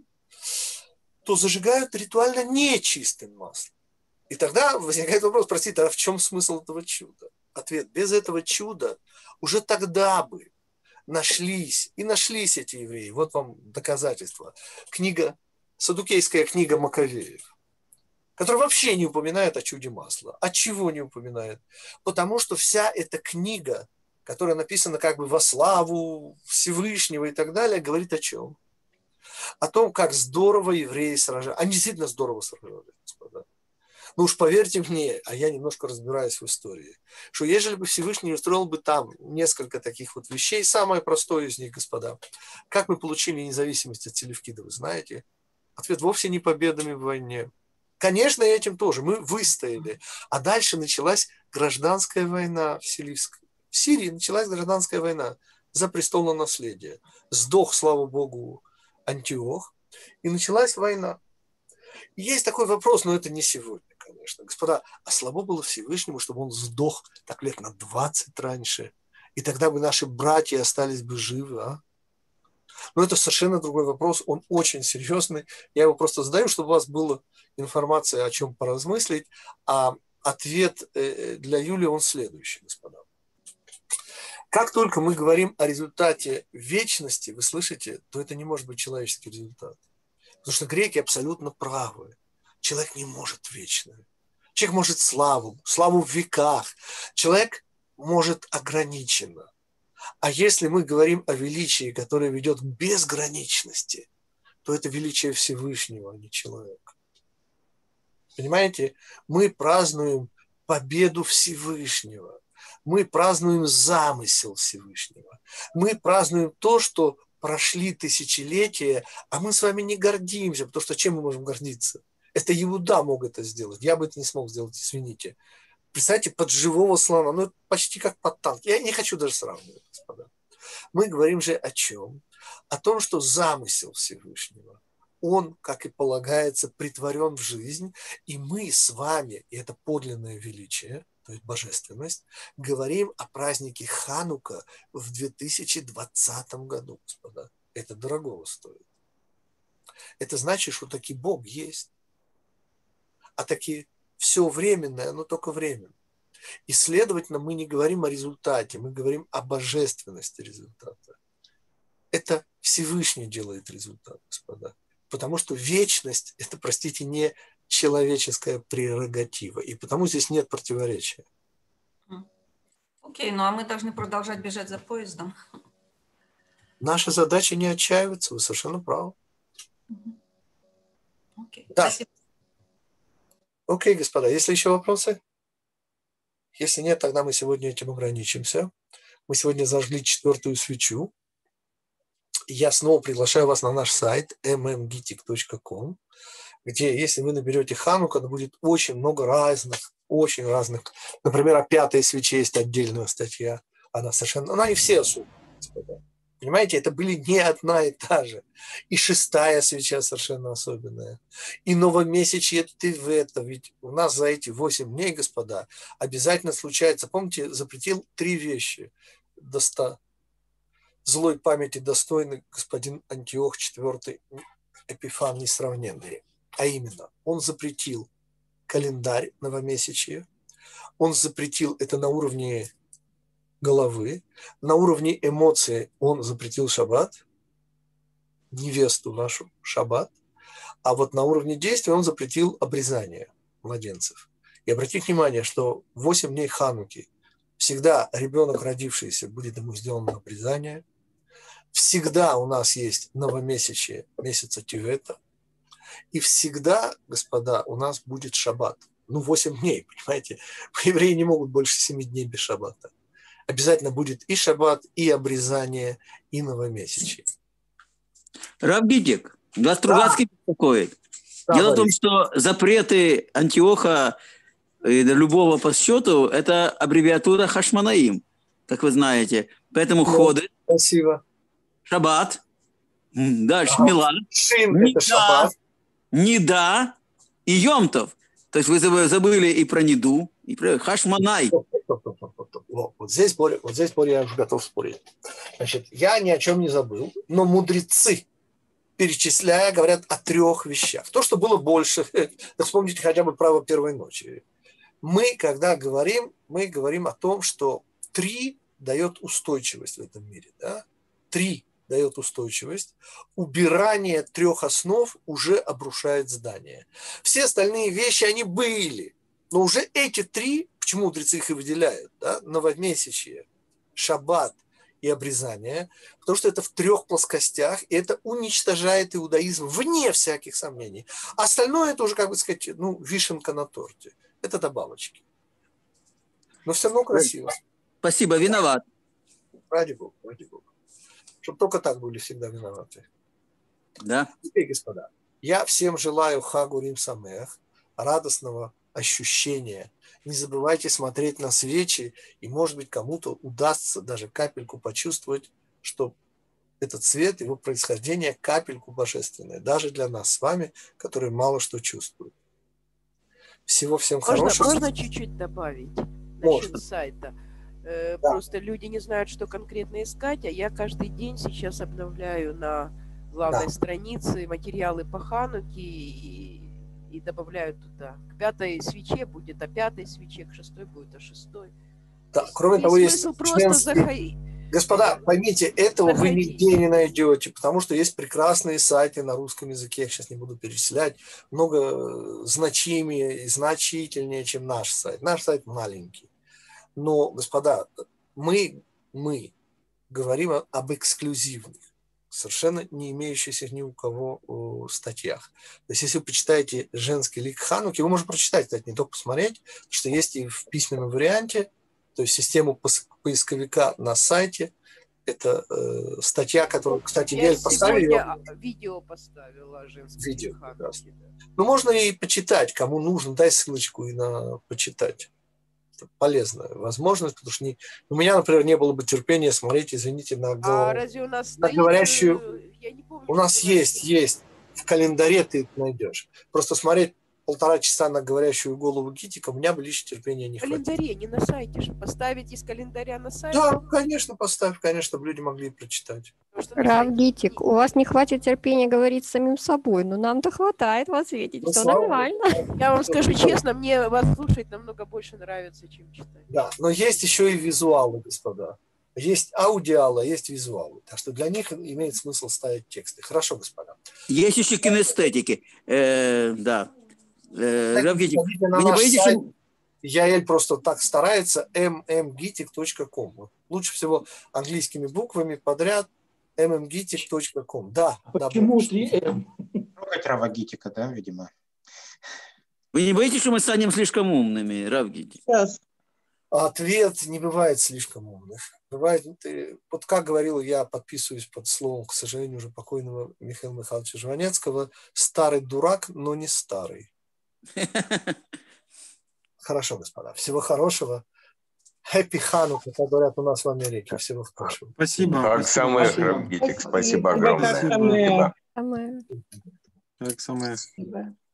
то зажигают ритуально нечистым маслом. И тогда возникает вопрос, простите, а в чем смысл этого чуда? Ответ, без этого чуда уже тогда бы нашлись, и нашлись эти евреи. Вот вам доказательство. Книга, саддукейская книга Маковеев, которая вообще не упоминает о чуде масла. А чего не упоминает? Потому что вся эта книга, которая написана как бы во славу Всевышнего и так далее, говорит о чем? О том, как здорово евреи сражались. Они действительно здорово сражались, господа. Ну уж поверьте мне, а я немножко разбираюсь в истории, что ежели бы Всевышний устроил бы там несколько таких вот вещей, самое простое из них, господа, как мы получили независимость от Селевкида, вы знаете? Ответ вовсе не победами в войне. Конечно, и этим тоже. Мы выстояли. А дальше началась гражданская война в Сирийской. В Сирии началась гражданская война за престолонаследие. Сдох, слава богу, Антиох. И началась война. И есть такой вопрос, но это не сегодня, конечно. Господа, а слабо было Всевышнему, чтобы он сдох так лет на двадцать раньше, и тогда бы наши братья остались бы живы, а? Но это совершенно другой вопрос, он очень серьезный. Я его просто задаю, чтобы у вас была информация, о чем поразмыслить. А ответ для Юлии, он следующий, господа. Как только мы говорим о результате вечности, вы слышите, то это не может быть человеческий результат. Потому что греки абсолютно правы. Человек не может вечно. Человек может славу, славу в веках. Человек может ограниченно. А если мы говорим о величии, которое ведет к безграничности, то это величие Всевышнего, а не человека. Понимаете? Мы празднуем победу Всевышнего. Мы празднуем замысел Всевышнего. Мы празднуем то, что прошли тысячелетия, а мы с вами не гордимся, потому что чем мы можем гордиться? Это Иуда мог это сделать. Я бы это не смог сделать, извините. Представьте, под живого слона, ну это почти как под танк. Я не хочу даже сравнивать, господа. Мы говорим же о чем? О том, что замысел Всевышнего, он, как и полагается, притворен в жизнь, и мы с вами, и это подлинное величие, то есть божественность, говорим о празднике Ханука в две тысячи двадцатом году, господа. Это дорогого стоит. Это значит, что таки Бог есть, а таки все временное, оно только временно. И, следовательно, мы не говорим о результате, мы говорим о божественности результата. Это Всевышний делает результат, господа. Потому что вечность – это, простите, не человеческая прерогатива. И потому здесь нет противоречия. Окей, ну а мы должны продолжать бежать за поездом. Наша задача не отчаиваться, вы совершенно правы. Окей, да. Спасибо. Окей, господа, есть ли еще вопросы? Если нет, тогда мы сегодня этим ограничимся. Мы сегодня зажгли четвертую свечу. Я снова приглашаю вас на наш сайт эм эм гитик точка ком, где, если вы наберете Ханука, то будет очень много разных, очень разных. Например, о пятой свече есть отдельная статья. Она совершенно, она не все особо, господа. Понимаете, это были не одна и та же. И шестая свеча совершенно особенная. И новомесячье Тевета. Ведь у нас за эти восемь дней, господа, обязательно случается. Помните, запретил три вещи. Доста... Злой памяти достойный господин Антиох четвёртый Эпифан несравненный. А именно, он запретил календарь новомесячье. Он запретил это на уровне головы, на уровне эмоций он запретил шаббат, невесту нашу шаббат, а вот на уровне действия он запретил обрезание младенцев. И обратите внимание, что восемь дней Хануки всегда ребенок, родившийся, будет ему сделано обрезание, всегда у нас есть новомесячие месяца Тевета, и всегда, господа, у нас будет шаббат. Ну, восемь дней, понимаете? Евреи не могут больше семи дней без шаббата. Обязательно будет и шаббат, и обрезание, и новомесячие. Рав Гитик, вас Стругацкий да. беспокоит. Да, Дело Борис. в том, что запреты Антиоха любого по счету – это аббревиатура Хашманаим, как вы знаете. Поэтому да, ходы, спасибо. шаббат, дальше ага. Мила, Нида, Нида и Йомтов. То есть вы забыли и про Ниду, и про Хашманай. Вот здесь, Боря, вот здесь, Боря, я уже готов спорить. Значит, я ни о чем не забыл, но мудрецы, перечисляя, говорят о трех вещах. То, что было больше, вспомните хотя бы право первой ночи. Мы, когда говорим, мы говорим о том, что три дает устойчивость в этом мире. Да? Три дает устойчивость. Убирание трех основ уже обрушает здание. Все остальные вещи, они были. Но уже эти три, почему мудрецы их и выделяют, да, новомесячье, шаббат и обрезание, потому что это в трех плоскостях, и это уничтожает иудаизм вне всяких сомнений. А остальное это уже, как бы сказать, ну, вишенка на торте. Это добавочки. Но все равно красиво. Спасибо, виноват. Ради Бога, ради Бога. Чтобы только так были всегда виноваты. Да. Теперь, господа, я всем желаю Хагу Рим Самеах, радостного ощущения. Не забывайте смотреть на свечи, и, может быть, кому-то удастся даже капельку почувствовать, что этот свет, его происхождение, капельку божественное, даже для нас с вами, которые мало что чувствуют. Всего всем можно, хорошего. Можно чуть-чуть добавить Можно. насчет сайта? Да. Просто люди не знают, что конкретно искать, а я каждый день сейчас обновляю на главной да. странице материалы по Хануке и, и добавляю туда. К пятой свече будет о пятой свече, к шестой будет о шестой. Да, есть, кроме того, есть просто членский... заходить. Господа, поймите, этого заходить. вы нигде не найдете, потому что есть прекрасные сайты на русском языке, я сейчас не буду перечислять, много значимее и значительнее, чем наш сайт. Наш сайт маленький. Но, господа, мы, мы говорим об эксклюзивных, совершенно не имеющихся ни у кого о, статьях. То есть, если вы почитаете «Женский лик Хануки», вы можете прочитать, кстати, не только посмотреть, что есть и в письменном варианте, то есть систему поисковика на сайте. Это э, статья, которую, кстати, я, я поставил. Я видео поставила «Женский видео, лик Хануки». Да. Ну, можно и почитать, кому нужно, дай ссылочку и на почитать. Полезная возможность, потому что не, у меня, например, не было бы терпения смотреть, извините, на, а разве у нас на стоит, говорящую. Я не помню, у нас есть, есть. В календаре ты это найдешь. Просто смотреть полтора часа на говорящую голову Гитика, у меня бы лично терпения не хватило. В календаре, не на сайте же. Поставить из календаря на сайт? Да, конечно, поставь, конечно, чтобы люди могли прочитать. Рав Гитик, у вас не хватит терпения говорить с самим собой, но нам-то хватает вас видеть, ну, все нормально. Я вам скажу честно, мне вас слушать намного больше нравится, чем читать. Да, но есть еще и визуалы, господа. Есть аудиалы, есть визуалы. Так что для них имеет смысл ставить тексты. Хорошо, господа. Есть еще кинестетики. Э, да. Э, Рав Гитик, вы не боитесь, сайт, что... Яэль просто так старается, эм эм гитик точка ком. Лучше всего английскими буквами подряд эм эм гитик точка ком. Да. Почему три эм? Трогать Рава Гитика, да, видимо. Вы не боитесь, что мы станем слишком умными, Рав Гитик? Сейчас. Ответ: не бывает слишком умных. Бывает, вот как говорил, я подписываюсь под словом, к сожалению, уже покойного Михаила Михайловича Жванецкого: старый дурак, но не старый. Хорошо, господа. Всего хорошего. Happy Hanukkah, как говорят у нас в Америке. Всего хорошего. Спасибо. Как самое, Рав Гитик. Спасибо огромное. Спасибо. Самое. Как самое. Спасибо.